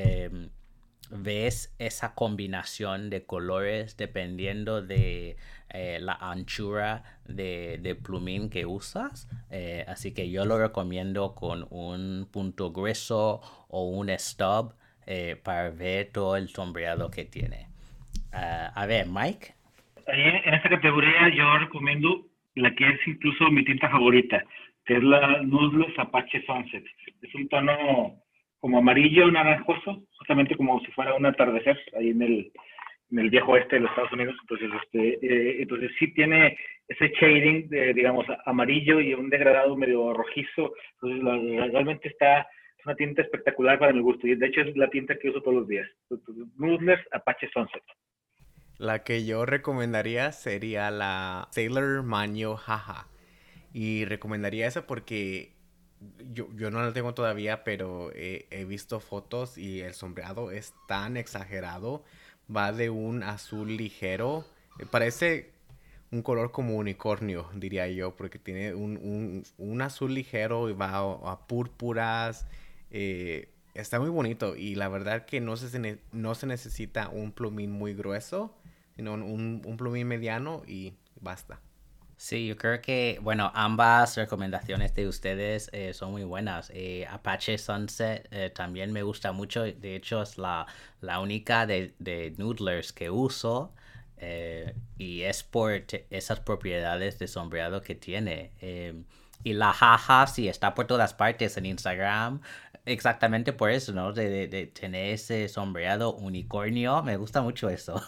ves esa combinación de colores dependiendo de la anchura de plumín que usas. Así que yo lo recomiendo con un punto grueso o un stub para ver todo el sombreado que tiene. A ver, Mike. Ahí en esta categoría yo recomiendo la que es incluso mi tinta favorita, que es la Nuzlocke Apache Sunset. Es un tono como amarillo naranjoso, justamente como si fuera un atardecer ahí en el viejo oeste de los Estados Unidos. Entonces sí tiene ese shading de, digamos, amarillo y un degradado medio rojizo. Entonces realmente es una tinta espectacular para mi gusto, y de hecho es la tinta que uso todos los días. Nuzlocke Apache Sunset. La que yo recomendaría sería la Sailor Manyo Jaja. Y recomendaría esa porque yo no la tengo todavía, pero he visto fotos y el sombreado es tan exagerado. Va de un azul ligero. Parece un color como unicornio, diría yo, porque tiene un azul ligero y va a púrpuras. Está muy bonito y la verdad que no se necesita un plumín muy grueso, sino un plumín mediano y basta. Sí, yo creo que, bueno, ambas recomendaciones de ustedes son muy buenas. Apache Sunset también me gusta mucho. De hecho, es la única de Noodlers que uso. Y es por esas propiedades de sombreado que tiene. Y la jaja, sí, está por todas partes en Instagram. Exactamente por eso, ¿no? De tener ese sombreado unicornio. Me gusta mucho eso.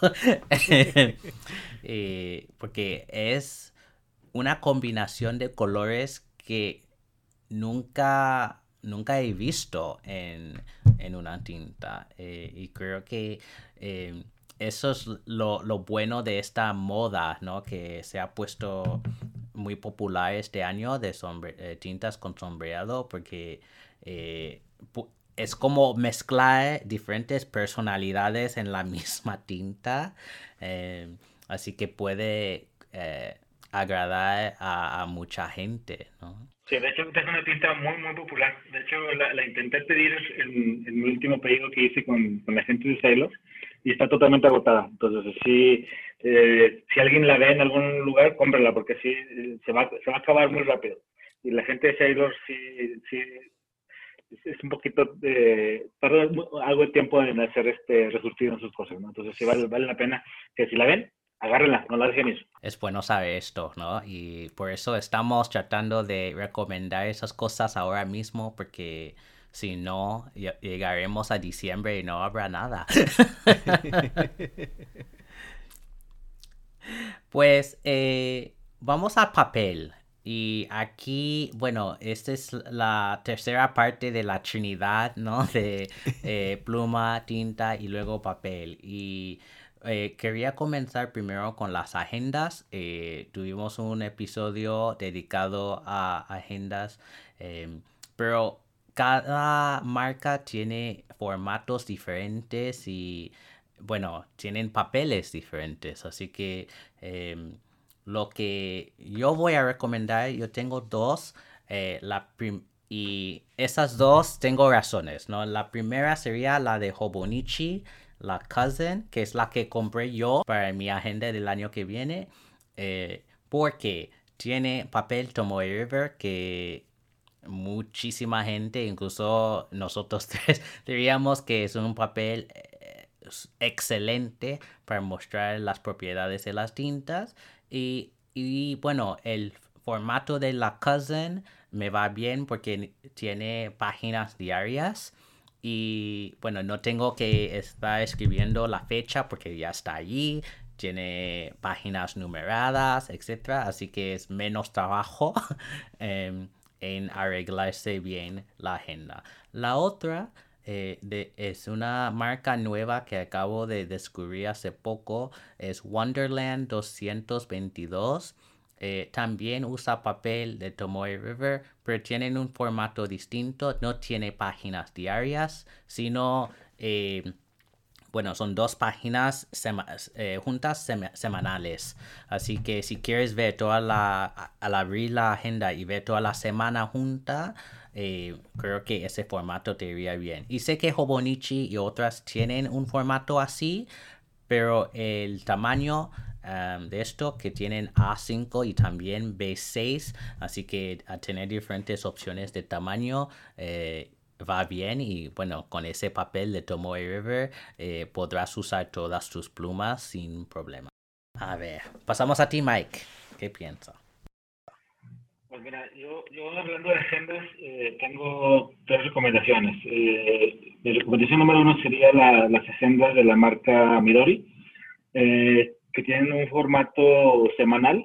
Porque es una combinación de colores que nunca he visto en una tinta. Y creo que eso es lo bueno de esta moda, ¿no? Que se ha puesto muy popular este año de tintas con sombreado, porque es como mezclar diferentes personalidades en la misma tinta. Así que puede agradar a mucha gente, ¿no? Sí, de hecho es una tinta muy, muy popular. De hecho, la intenté pedir en mi último pedido que hice con la gente de Sailor, y está totalmente agotada. Entonces, sí, si alguien la ve en algún lugar, cómprala, porque sí, se va a acabar muy rápido. Y la gente de Sailor sí es un poquito, tarda algo de tiempo en hacer resurtir en sus cosas, ¿no? Entonces, sí vale la pena que si la ven, agárrenla, no la dejen ir. Es bueno saber esto, ¿no? Y por eso estamos tratando de recomendar esas cosas ahora mismo, porque si no, llegaremos a diciembre y no habrá nada. Pues vamos al papel. Y aquí, bueno, esta es la tercera parte de la trinidad, ¿no? De pluma, tinta y luego papel. Y Quería comenzar primero con las agendas. Tuvimos un episodio dedicado a agendas, pero cada marca tiene formatos diferentes y, bueno, tienen papeles diferentes. Así que lo que yo voy a recomendar, yo tengo dos. Y esas dos tengo razones, ¿no? La primera sería la de Hobonichi, la Cousin, que es la que compré yo para mi agenda del año que viene, porque tiene papel Tomoe River que muchísima gente, incluso nosotros tres, diríamos que es un papel excelente para mostrar las propiedades de las tintas. Y bueno, el formato de la Cousin me va bien porque tiene páginas diarias. Y bueno, no tengo que estar escribiendo la fecha porque ya está allí. Tiene páginas numeradas, etcétera. Así que es menos trabajo en arreglarse bien la agenda. La otra es una marca nueva que acabo de descubrir hace poco. Es Wonderland 222. También usa papel de Tomoe River, pero tienen un formato distinto. No tiene páginas diarias, sino bueno, son dos páginas juntas semanales. Así que si quieres ver al abrir la agenda y ver toda la semana junta, creo que ese formato te iría bien. Y sé que Hobonichi y otras tienen un formato así, pero el tamaño de esto que tienen A5 y también B6, así que a tener diferentes opciones de tamaño va bien. Y bueno, con ese papel de Tomoe River podrás usar todas tus plumas sin problema. A ver, pasamos a ti, Mike. ¿Qué piensas? Pues mira, yo hablando de agendas, tengo tres recomendaciones. Mi recomendación número uno sería las agendas de la marca Midori, que tienen un formato semanal.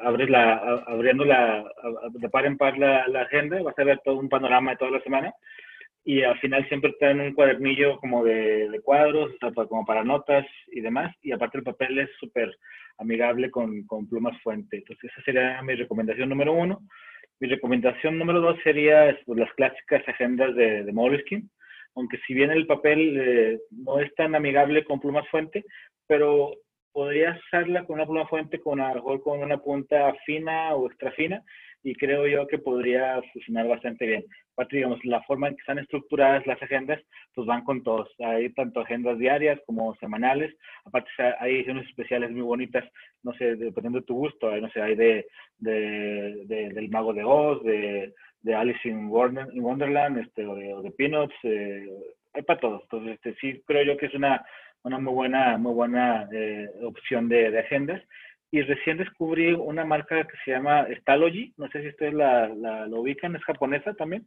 Abriéndola de par en par la agenda, vas a ver todo un panorama de toda la semana. Y al final siempre traen un cuadernillo como de cuadros, o sea, como para notas y demás. Y aparte el papel es súper amigable con plumas fuente. Entonces esa sería mi recomendación número uno. Mi recomendación número dos sería pues, las clásicas agendas de Moleskine. Aunque si bien el papel no es tan amigable con plumas fuente, pero podrías usarla con una pluma fuente a lo mejor con una punta fina o extra fina, y creo yo que podría funcionar bastante bien. Aparte, digamos, la forma en que están estructuradas las agendas, pues van con todos. Hay tanto agendas diarias como semanales. Aparte, hay ediciones especiales muy bonitas, no sé, dependiendo de tu gusto. No sé, hay del Mago de Oz, de Alice in Wonderland, o de Peanuts, hay para todos. Entonces, sí creo yo que es una muy buena opción de agendas. Y recién descubrí una marca que se llama Stalogy, no sé si ustedes la ubican, es japonesa también.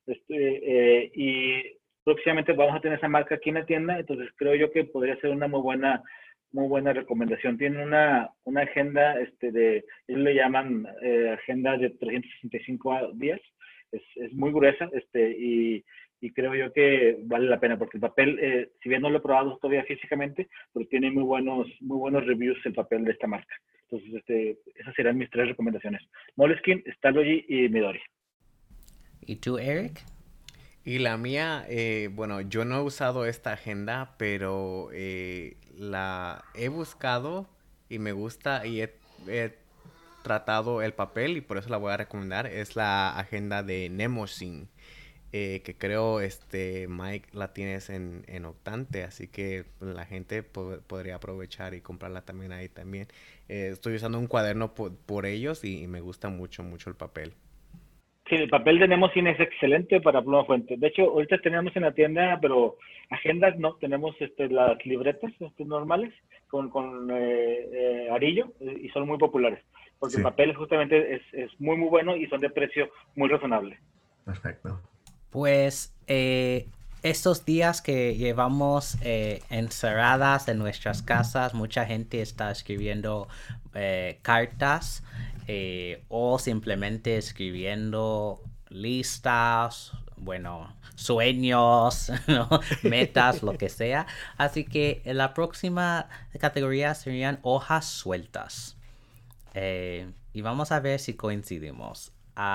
Y próximamente vamos a tener esa marca aquí en la tienda, entonces creo yo que podría ser una muy buena recomendación. Tienen una agenda ellos le llaman agenda de 365 días, es muy gruesa, y creo yo que vale la pena porque el papel, si bien no lo he probado todavía físicamente, pero tiene muy buenos reviews el papel de esta marca. Entonces, esas serán mis tres recomendaciones: Moleskine, Stalogy y Midori. ¿Y tú, Eric? Y la mía, bueno, yo no he usado esta agenda, pero la he buscado y me gusta y he tratado el papel y por eso la voy a recomendar. Es la agenda de Nemosyn. Que creo, Mike, la tienes en Octante, así que la gente podría aprovechar y comprarla también ahí también. Estoy usando un cuaderno por ellos y me gusta mucho el papel. Sí, el papel de Nemosyn es excelente para pluma fuente. De hecho, ahorita tenemos en la tienda, pero agendas no, tenemos las libretas normales con arillo, y son muy populares, porque el Sí, papel justamente es muy bueno y son de precio muy razonable. perfecto. Pues estos días que llevamos encerradas en nuestras casas, mucha gente está escribiendo cartas o simplemente escribiendo listas, bueno, sueños, ¿no? Metas, lo que sea. Así que la próxima categoría serían hojas sueltas. Y vamos a ver si coincidimos.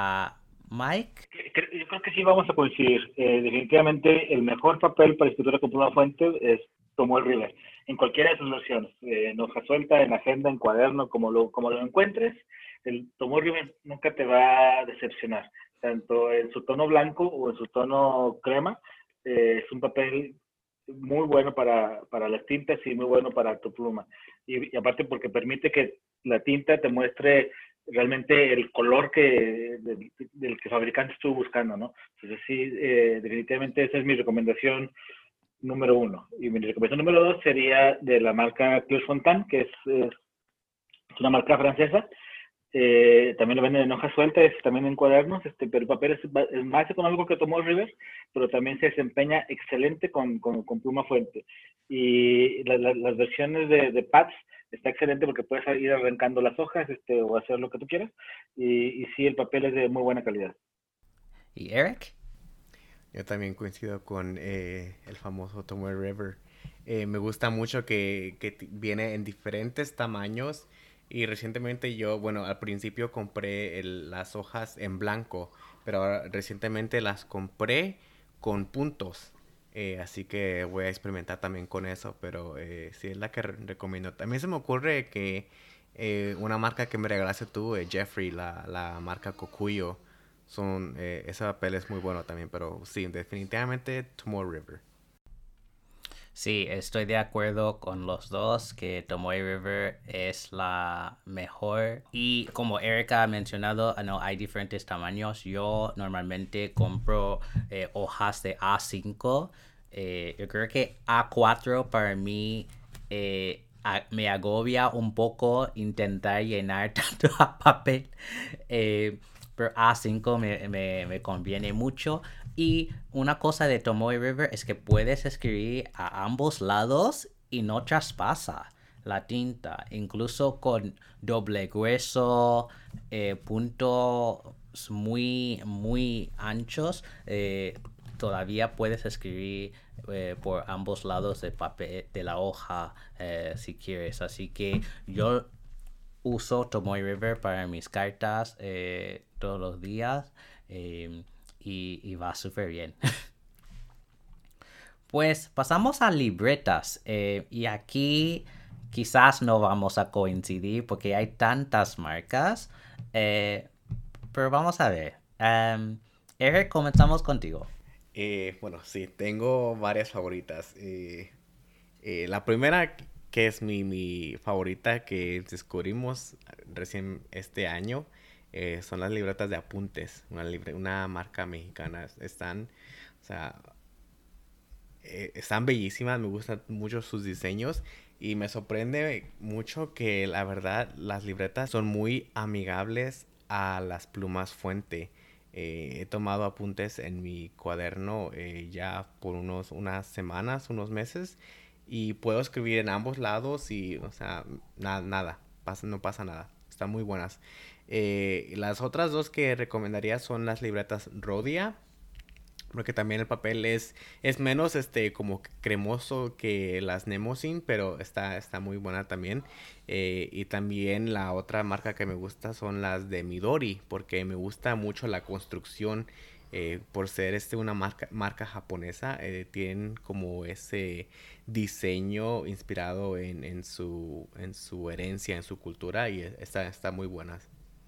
Mike. Yo creo que sí vamos a coincidir. Definitivamente el mejor papel para escritura con pluma fuente es Tomoe River, en cualquiera de sus versiones, en hoja suelta, en agenda, en cuaderno, como lo encuentres, el Tomoe River nunca te va a decepcionar, tanto en su tono blanco o en su tono crema. Es un papel muy bueno para las tintas y muy bueno para tu pluma. Y aparte porque permite que la tinta te muestre realmente el color del que el fabricante estuvo buscando, ¿no? Entonces sí, definitivamente esa es mi recomendación número uno. Y mi recomendación número dos sería de la marca Clairefontaine, que es una marca francesa. También lo venden en hojas sueltas, también en cuadernos, pero el papel es más económico que Tomoe River, pero también se desempeña excelente con pluma fuente. Y las versiones de pads está excelente porque puedes ir arrancando las hojas o hacer lo que tú quieras. Y sí, el papel es de muy buena calidad. ¿Y Eric? Yo también coincido con el famoso Tomoe River. Me gusta mucho que viene en diferentes tamaños. Y recientemente yo, bueno, al principio compré las hojas en blanco, pero ahora recientemente las compré con puntos. Así que voy a experimentar también con eso, pero sí es la que recomiendo. También se me ocurre que una marca que me regalaste tú, Jeffrey, la marca Kokuyo, ese papel es muy bueno también, pero sí, definitivamente Tomoe River. Sí, estoy de acuerdo con los dos que Tomoe River es la mejor. Y como Erika ha mencionado, no, hay diferentes tamaños. Yo normalmente compro hojas de A5. Yo creo que A4 para mí me agobia un poco intentar llenar tanto papel. Pero A5 me conviene mucho. Y una cosa de Tomoe River es que puedes escribir a ambos lados y no traspasa la tinta. Incluso con doble grueso, puntos muy anchos, todavía puedes escribir por ambos lados del papel de la hoja si quieres. Así que yo uso Tomoe River para mis cartas todos los días. Y va súper bien. Pues pasamos a libretas. Y aquí quizás no vamos a coincidir porque hay tantas marcas. Pero vamos a ver. Eric, comenzamos contigo. Bueno, sí, tengo varias favoritas. La primera, que es mi favorita que descubrimos recién este año, son las libretas de apuntes, una marca mexicana. O sea, están bellísimas, me gustan mucho sus diseños y me sorprende mucho que la verdad las libretas son muy amigables a las plumas fuente. He tomado apuntes en mi cuaderno ya por unas semanas, unos meses y puedo escribir en ambos lados y, o sea, nada, no pasa nada. Están muy buenas. Las otras dos que recomendaría son las libretas Rhodia, porque también el papel es menos como cremoso que las Nemosin, pero está muy buena también. Y también la otra marca que me gusta son las de Midori, porque me gusta mucho la construcción. Por ser una marca japonesa, tienen como ese diseño inspirado en su herencia, en su cultura, y está muy buenas.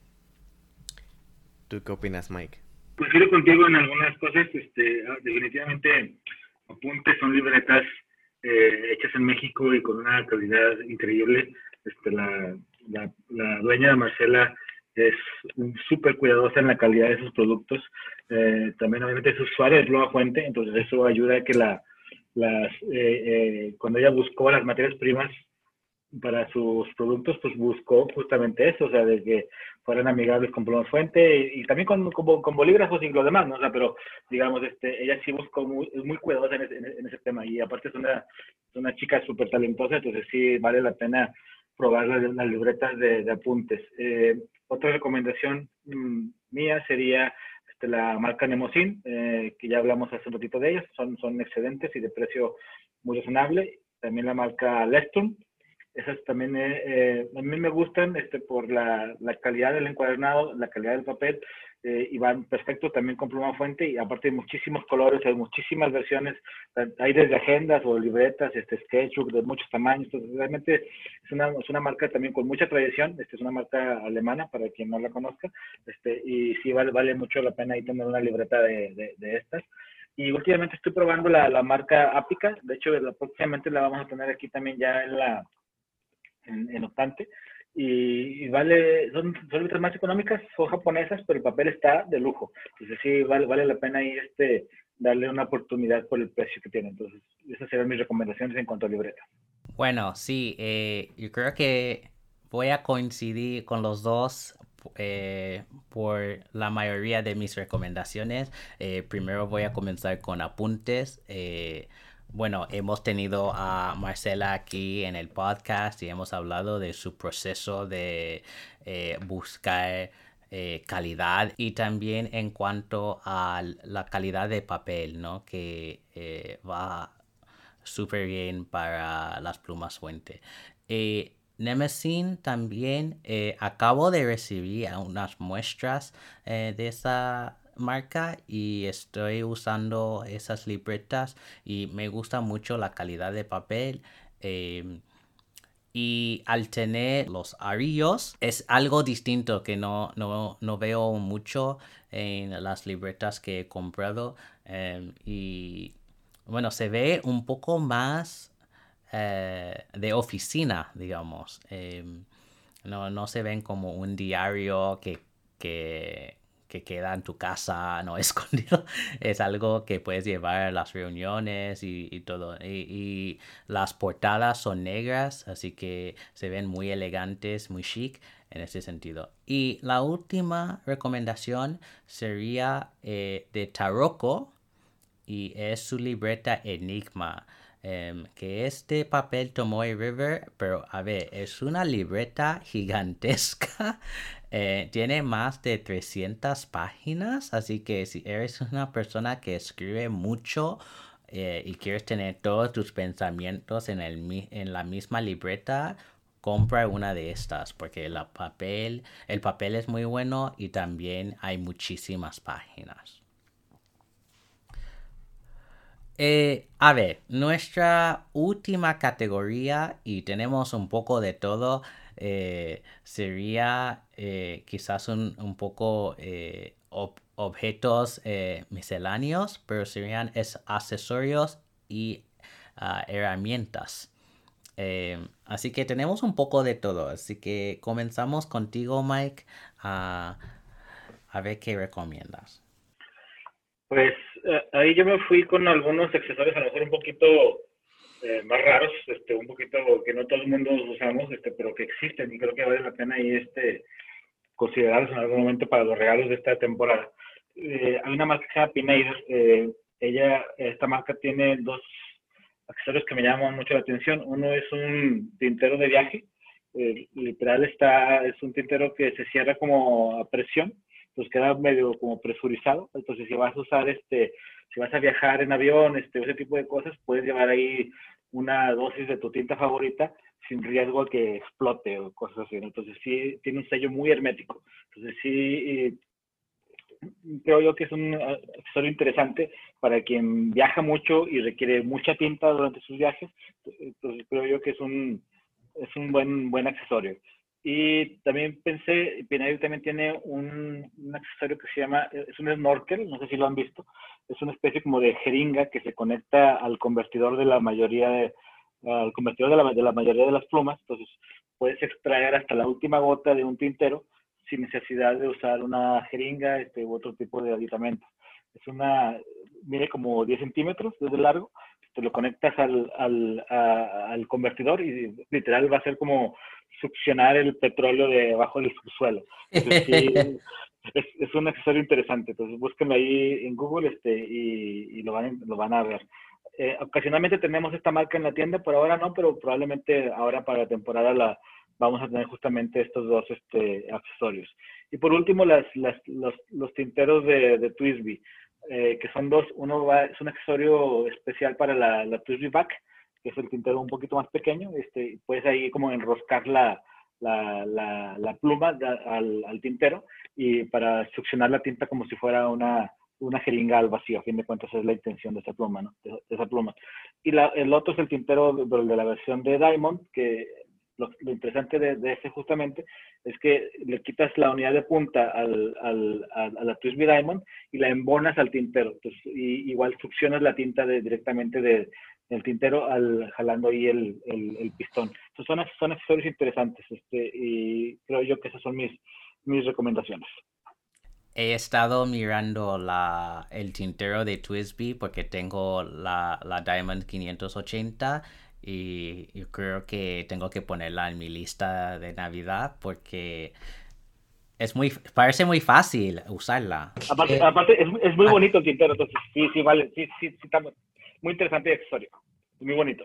¿Tú qué opinas, Mike? Coincido contigo en algunas cosas. Definitivamente, apuntes son libretas hechas en México y con una calidad increíble. La dueña de Marcela es súper cuidadosa en la calidad de sus productos. También, obviamente, es usuaria de Pluma Fuente, entonces eso ayuda a que cuando ella buscó las materias primas para sus productos, pues buscó justamente eso, o sea, de que fueran amigables con pluma fuente y también con bolígrafos y lo demás, ¿no? O sea, pero digamos, ella sí buscó, es muy cuidadosa en ese tema y aparte es una chica súper talentosa, entonces sí vale la pena probar las libretas de apuntes. Otra recomendación mía sería la marca Nemosin, que ya hablamos hace un ratito de ellas, son excelentes y de precio muy razonable. También la marca Leston, esas también a mí me gustan por la calidad del encuadernado, la calidad del papel, y van perfecto también con pluma fuente, y aparte hay muchísimos colores, hay muchísimas versiones, hay desde agendas o libretas, sketchbook de muchos tamaños. Entonces realmente es una marca también con mucha tradición, es una marca alemana para quien no la conozca, y sí vale mucho la pena ahí tener una libreta de estas. Y últimamente estoy probando la marca Apica, de hecho próximamente la vamos a tener aquí también ya en Optante, y son letras más económicas, son japonesas, pero el papel está de lujo. Entonces sí, vale la pena ahí darle una oportunidad por el precio que tiene. Entonces, esas serían mis recomendaciones en cuanto a libreta. Bueno, sí, yo creo que voy a coincidir con los dos por la mayoría de mis recomendaciones. Primero voy a comenzar con apuntes. Bueno, hemos tenido a Marcela aquí en el podcast y hemos hablado de su proceso de buscar calidad, y también en cuanto a la calidad de papel, ¿no? Que va súper bien para las plumas fuente. Nemesin también, acabo de recibir unas muestras de esa marca y estoy usando esas libretas y me gusta mucho la calidad de papel. Y al tener los arillos es algo distinto que no veo mucho en las libretas que he comprado. Y bueno, se ve un poco más de oficina, digamos. No se ven como un diario que, que queda en tu casa, no escondido. Es algo que puedes llevar a las reuniones y todo. Y las portadas son negras, así que se ven muy elegantes, muy chic en ese sentido. Y la última recomendación sería de Taroko, y es su libreta Enigma, que es de papel Tomoe River, pero a ver, es una libreta gigantesca. Tiene más de 300 páginas, así que si eres una persona que escribe mucho y quieres tener todos tus pensamientos en la misma libreta, compra una de estas, porque el papel es muy bueno y también hay muchísimas páginas. A ver, nuestra última categoría, y tenemos un poco de todo, sería quizás un poco objetos misceláneos, pero serían accesorios y herramientas. Así que tenemos un poco de todo, así que comenzamos contigo, Mike, a ver qué recomiendas. Pues ahí yo me fui con algunos accesorios a lo mejor un poquito más raros, un poquito que no todo el mundo usamos, pero que existen, y creo que vale la pena ahí considerarlos en algún momento para los regalos de esta temporada. Hay una marca que se llama Pineider. Esta marca tiene dos accesorios que me llaman mucho la atención. Uno es un tintero de viaje. Literal es un tintero que se cierra como a presión, pues queda medio como presurizado. Entonces si vas a usar si vas a viajar en avión, ese tipo de cosas, puedes llevar ahí una dosis de tu tinta favorita sin riesgo de que explote o cosas así, ¿no? Entonces sí tiene un sello muy hermético. Entonces sí creo yo que es un accesorio interesante para quien viaja mucho y requiere mucha tinta durante sus viajes. Entonces creo yo que es un buen accesorio. Y también pensé, Pinay también tiene un accesorio que se llama, es un snorkel, no sé si lo han visto, es una especie como de jeringa que se conecta al convertidor de la mayoría de la mayoría de las plumas. Entonces puedes extraer hasta la última gota de un tintero sin necesidad de usar una jeringa u otro tipo de aditamento. Mide como 10 centímetros desde largo, te lo conectas al convertidor y literal va a ser como succionar el petróleo debajo del subsuelo. Entonces, sí, es un accesorio interesante. Entonces búsquenlo ahí en Google y lo van a ver. Ocasionalmente tenemos esta marca en la tienda, por ahora no, pero probablemente ahora para la temporada vamos a tener justamente estos dos accesorios. Y por último, los tinteros de TWSBI, que son dos. Es un accesorio especial para la TWSBI Back, que es el tintero un poquito más pequeño. Puedes ahí como enroscar la pluma al tintero y para succionar la tinta como si fuera una jeringa al vacío. A fin de cuentas es la intención de esa pluma, ¿no? De esa pluma. Y el otro es el tintero de la versión de Diamond, que lo interesante de ese justamente es que le quitas la unidad de punta a la TWSBI Diamond y la embonas al tintero. Entonces, igual succionas la tinta directamente del tintero jalando ahí el pistón. Entonces son accesorios interesantes, y creo yo que esas son mis recomendaciones. He estado mirando el tintero de TWSBI porque tengo la Diamond 580 y yo creo que tengo que ponerla en mi lista de Navidad porque parece muy fácil usarla. Aparte es muy bonito el tintero, entonces sí, vale, sí, está muy interesante el accesorio, muy bonito.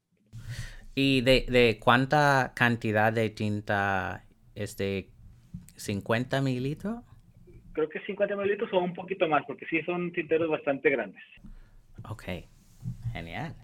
¿Y de cuánta cantidad de tinta es de 50 mililitros? Creo que 50 mililitros o un poquito más, porque sí son tinteros bastante grandes. Ok, genial.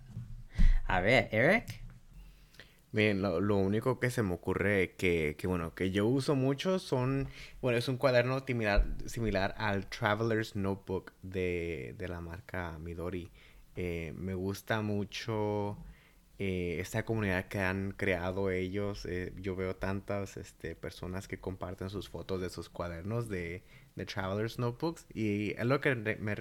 A ver, Eric. Bien, lo único que se me ocurre que yo uso mucho es un cuaderno similar al Traveler's Notebook de la marca Midori. Me gusta mucho esta comunidad que han creado ellos. Yo veo tantas personas que comparten sus fotos de sus cuadernos de Traveler's Notebooks y es lo que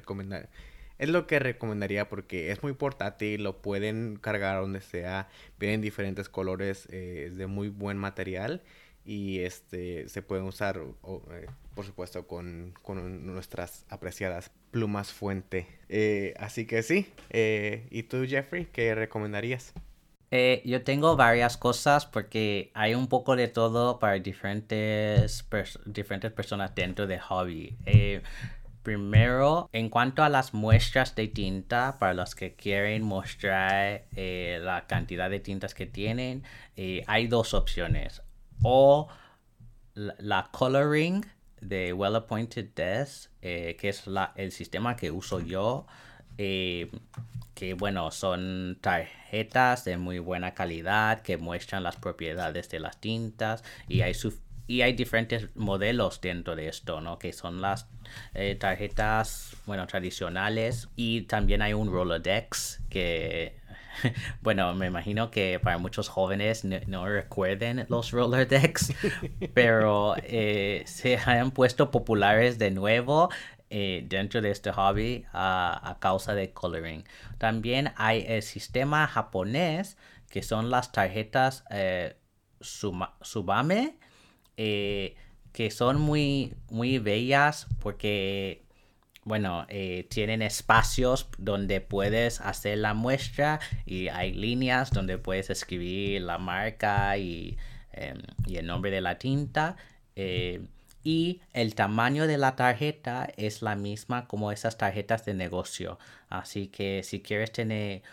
es lo que recomendaría porque es muy portátil, lo pueden cargar donde sea, vienen diferentes colores, es de muy buen material y se pueden usar, por supuesto, con nuestras apreciadas plumas fuente. Así que sí. ¿Y tú, Jeffrey, qué recomendarías? Yo tengo varias cosas porque hay un poco de todo para diferentes personas dentro de hobby. Primero, en cuanto a las muestras de tinta, para los que quieren mostrar la cantidad de tintas que tienen, hay dos opciones. O la coloring de Well Appointed Desk, que es el sistema que uso yo, que bueno, son tarjetas de muy buena calidad que muestran las propiedades de las tintas y hay diferentes modelos dentro de esto, ¿no? Que son las tarjetas, bueno, tradicionales y también hay un Rolodex que, bueno, me imagino que para muchos jóvenes no recuerden los Rolodex, pero se han puesto populares de nuevo dentro de este hobby a causa de coloring. También hay el sistema japonés que son las tarjetas Subame, que son muy, muy bellas porque, bueno, tienen espacios donde puedes hacer la muestra y hay líneas donde puedes escribir la marca y el nombre de la tinta. Y el tamaño de la tarjeta es la misma como esas tarjetas de negocio. Así que si quieres tener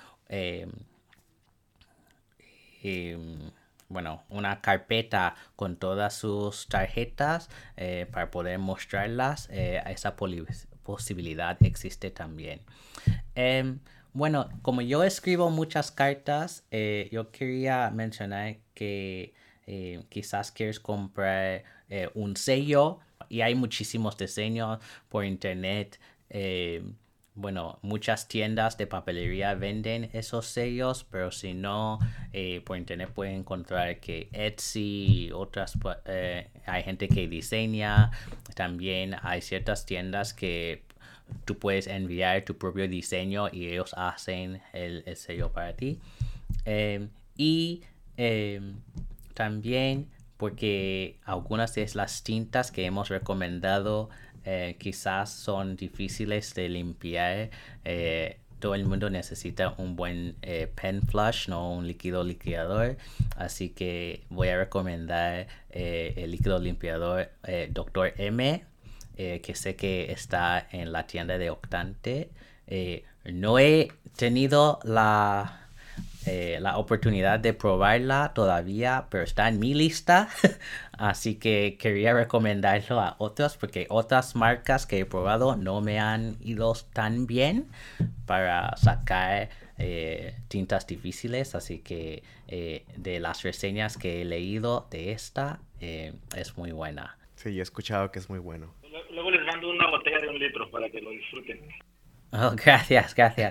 bueno, una carpeta con todas sus tarjetas para poder mostrarlas, esa posibilidad existe también. Bueno, como yo escribo muchas cartas, yo quería mencionar que quizás quieres comprar un sello y hay muchísimos diseños por internet. Bueno, muchas tiendas de papelería venden esos sellos, pero si no, por internet pueden encontrar que Etsy, hay gente que diseña. También hay ciertas tiendas que tú puedes enviar tu propio diseño y ellos hacen el sello para ti. Y también porque algunas de las tintas que hemos recomendado quizás son difíciles de limpiar. Todo el mundo necesita un buen pen flush, no un líquido limpiador. Así que voy a recomendar el líquido limpiador Dr. M, que sé que está en la tienda de Octante. No he tenido la oportunidad de probarla todavía, pero está en mi lista. Así que quería recomendarlo a otros porque otras marcas que he probado no me han ido tan bien para sacar tintas difíciles. Así que de las reseñas que he leído de esta, es muy buena. Sí, yo he escuchado que es muy bueno. Luego les mando una botella de 1 litro para que lo disfruten. Oh, gracias. Gracias.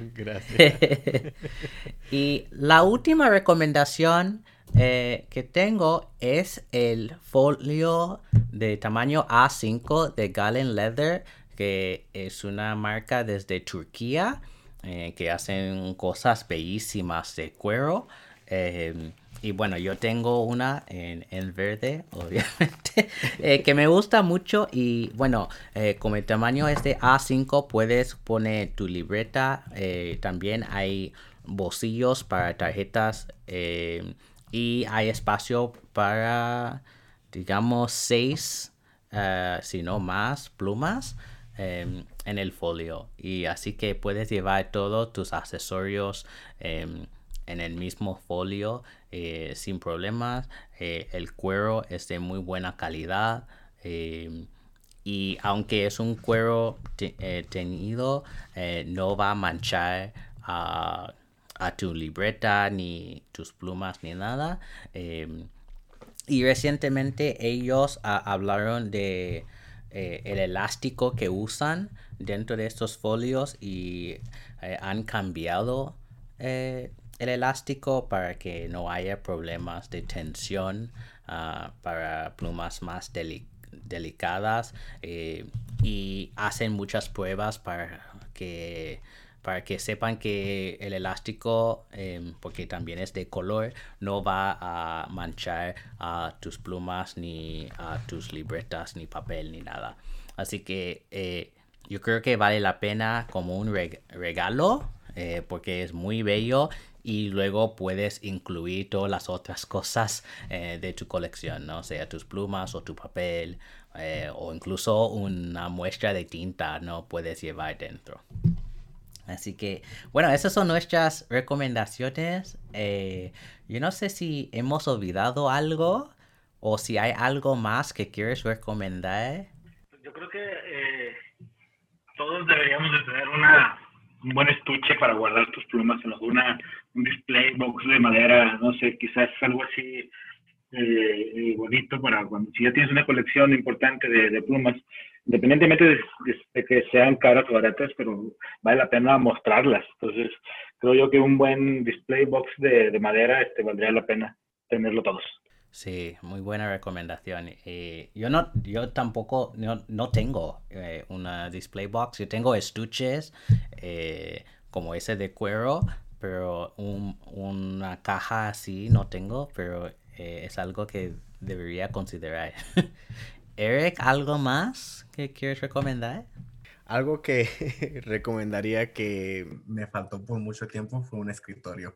Y la última recomendación que tengo es el folio de tamaño A5 de Galen Leather, que es una marca desde Turquía que hacen cosas bellísimas de cuero. Y bueno, yo tengo una en verde, obviamente, que me gusta mucho. Y bueno, como el tamaño es de A5, puedes poner tu libreta. También hay bolsillos para tarjetas y hay espacio para, digamos, 6, si no más, plumas en el folio. Y así que puedes llevar todos tus accesorios en el mismo folio sin problemas. El cuero es de muy buena calidad y aunque es un cuero teñido, no va a manchar a tu libreta ni tus plumas ni nada. Y recientemente ellos hablaron de el elástico que usan dentro de estos folios y han cambiado el elástico para que no haya problemas de tensión para plumas más delicadas y hacen muchas pruebas para que sepan que el elástico, porque también es de color, no va a manchar a tus plumas ni a tus libretas ni papel ni nada. Así que yo creo que vale la pena como un regalo porque es muy bello y luego puedes incluir todas las otras cosas de tu colección, ¿no? O sea, tus plumas o tu papel o incluso una muestra de tinta, ¿no? Puedes llevar dentro. Así que, bueno, esas son nuestras recomendaciones. Yo no sé si hemos olvidado algo o si hay algo más que quieres recomendar. Yo creo que todos deberíamos de tener un buen estuche para guardar tus plumas, un display box de madera, no sé, quizás algo así bonito para cuando, si ya tienes una colección importante de plumas, independientemente de que sean caras o baratas, pero vale la pena mostrarlas. Entonces, creo yo que un buen display box de madera valdría la pena tenerlo todos. Sí, muy buena recomendación. Yo tampoco no tengo una display box. Yo tengo estuches como ese de cuero, pero una caja así no tengo, pero es algo que debería considerar. Eric, ¿algo más que quieres recomendar? Algo que recomendaría que me faltó por mucho tiempo fue un escritorio.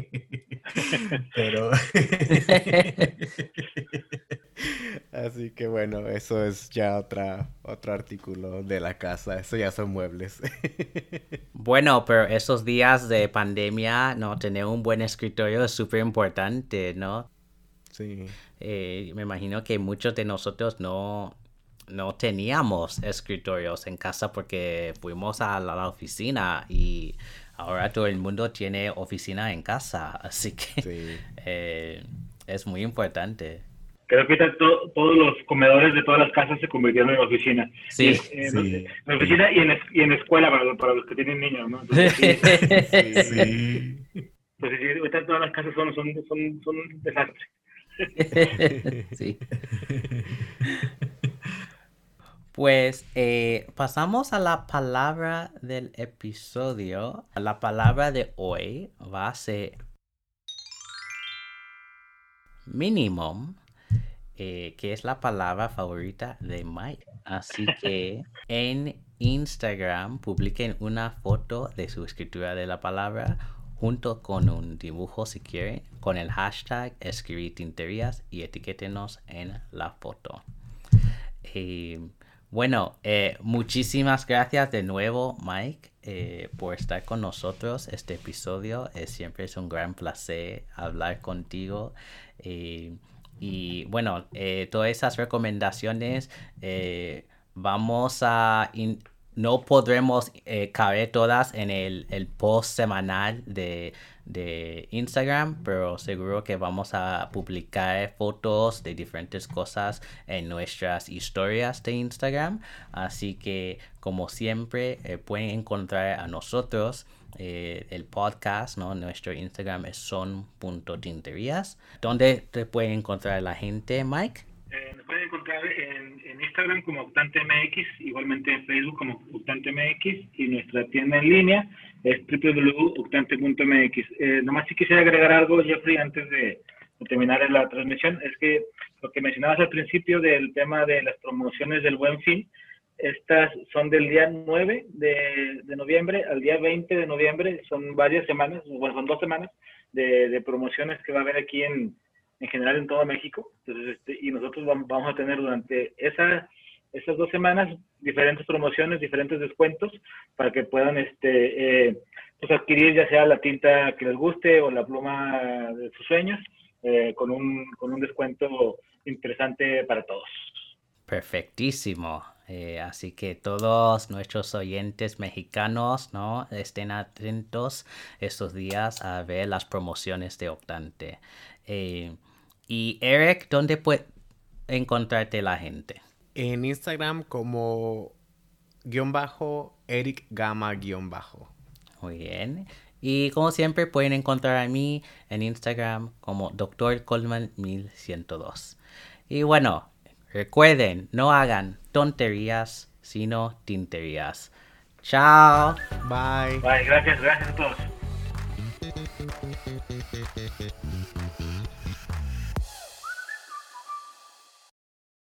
Pero así que bueno, eso es ya otro artículo de la casa. Eso ya son muebles. Bueno, pero esos días de pandemia, ¿no? Tener un buen escritorio es súper importante, ¿no? Sí. Me imagino que muchos de nosotros no teníamos escritorios en casa porque fuimos a la oficina y ahora todo el mundo tiene oficina en casa, así que Sí. Es muy importante. Creo que todos los comedores de todas las casas se convirtieron en oficina. Sí. Sí. En oficina y en escuela para los que tienen niños, ¿no? Entonces, Sí. Entonces, sí, ahorita todas las casas son un desastre. Sí. Pues pasamos a la palabra del episodio. La palabra de hoy va a ser minimum, que es la palabra favorita de Mike. Así que en Instagram publiquen una foto de su escritura de la palabra junto con un dibujo si quieren, con el hashtag escribirtinterías y etiquétenos en la foto. Bueno, muchísimas gracias de nuevo, Mike, por estar con nosotros este episodio. Siempre es un gran placer hablar contigo. Y bueno, todas esas recomendaciones vamos a... no podremos caber todas en el post semanal de Instagram, pero seguro que vamos a publicar fotos de diferentes cosas en nuestras historias de Instagram. Así que, como siempre, pueden encontrar a nosotros el podcast, ¿no? Nuestro Instagram es son.tinterías. ¿Dónde te puede encontrar la gente, Mike? Nos pueden encontrar en Instagram como OctanteMX, igualmente en Facebook como OctanteMX, y nuestra tienda en línea es www.octante.mx. Nomás si quisiera agregar algo, Jeffrey, antes de terminar la transmisión, es que lo que mencionabas al principio del tema de las promociones del Buen Fin, estas son del día 9 de noviembre al día 20 de noviembre, son varias semanas, bueno, son 2 semanas de promociones que va a haber aquí en general en todo México. Entonces, y nosotros vamos a tener durante esas 2 semanas diferentes promociones, diferentes descuentos para que puedan pues adquirir ya sea la tinta que les guste o la pluma de sus sueños con un descuento interesante para todos. Perfectísimo. Así que todos nuestros oyentes mexicanos, ¿no? Estén atentos estos días a ver las promociones de Octante. Y Eric, ¿dónde puede encontrarte la gente? En Instagram como _Eric Gama _ Muy bien. Y como siempre pueden encontrar a mí en Instagram como Dr. Coleman 1102. Y bueno, recuerden, no hagan tonterías, sino tinterías. Chao. Bye. Bye, gracias a todos.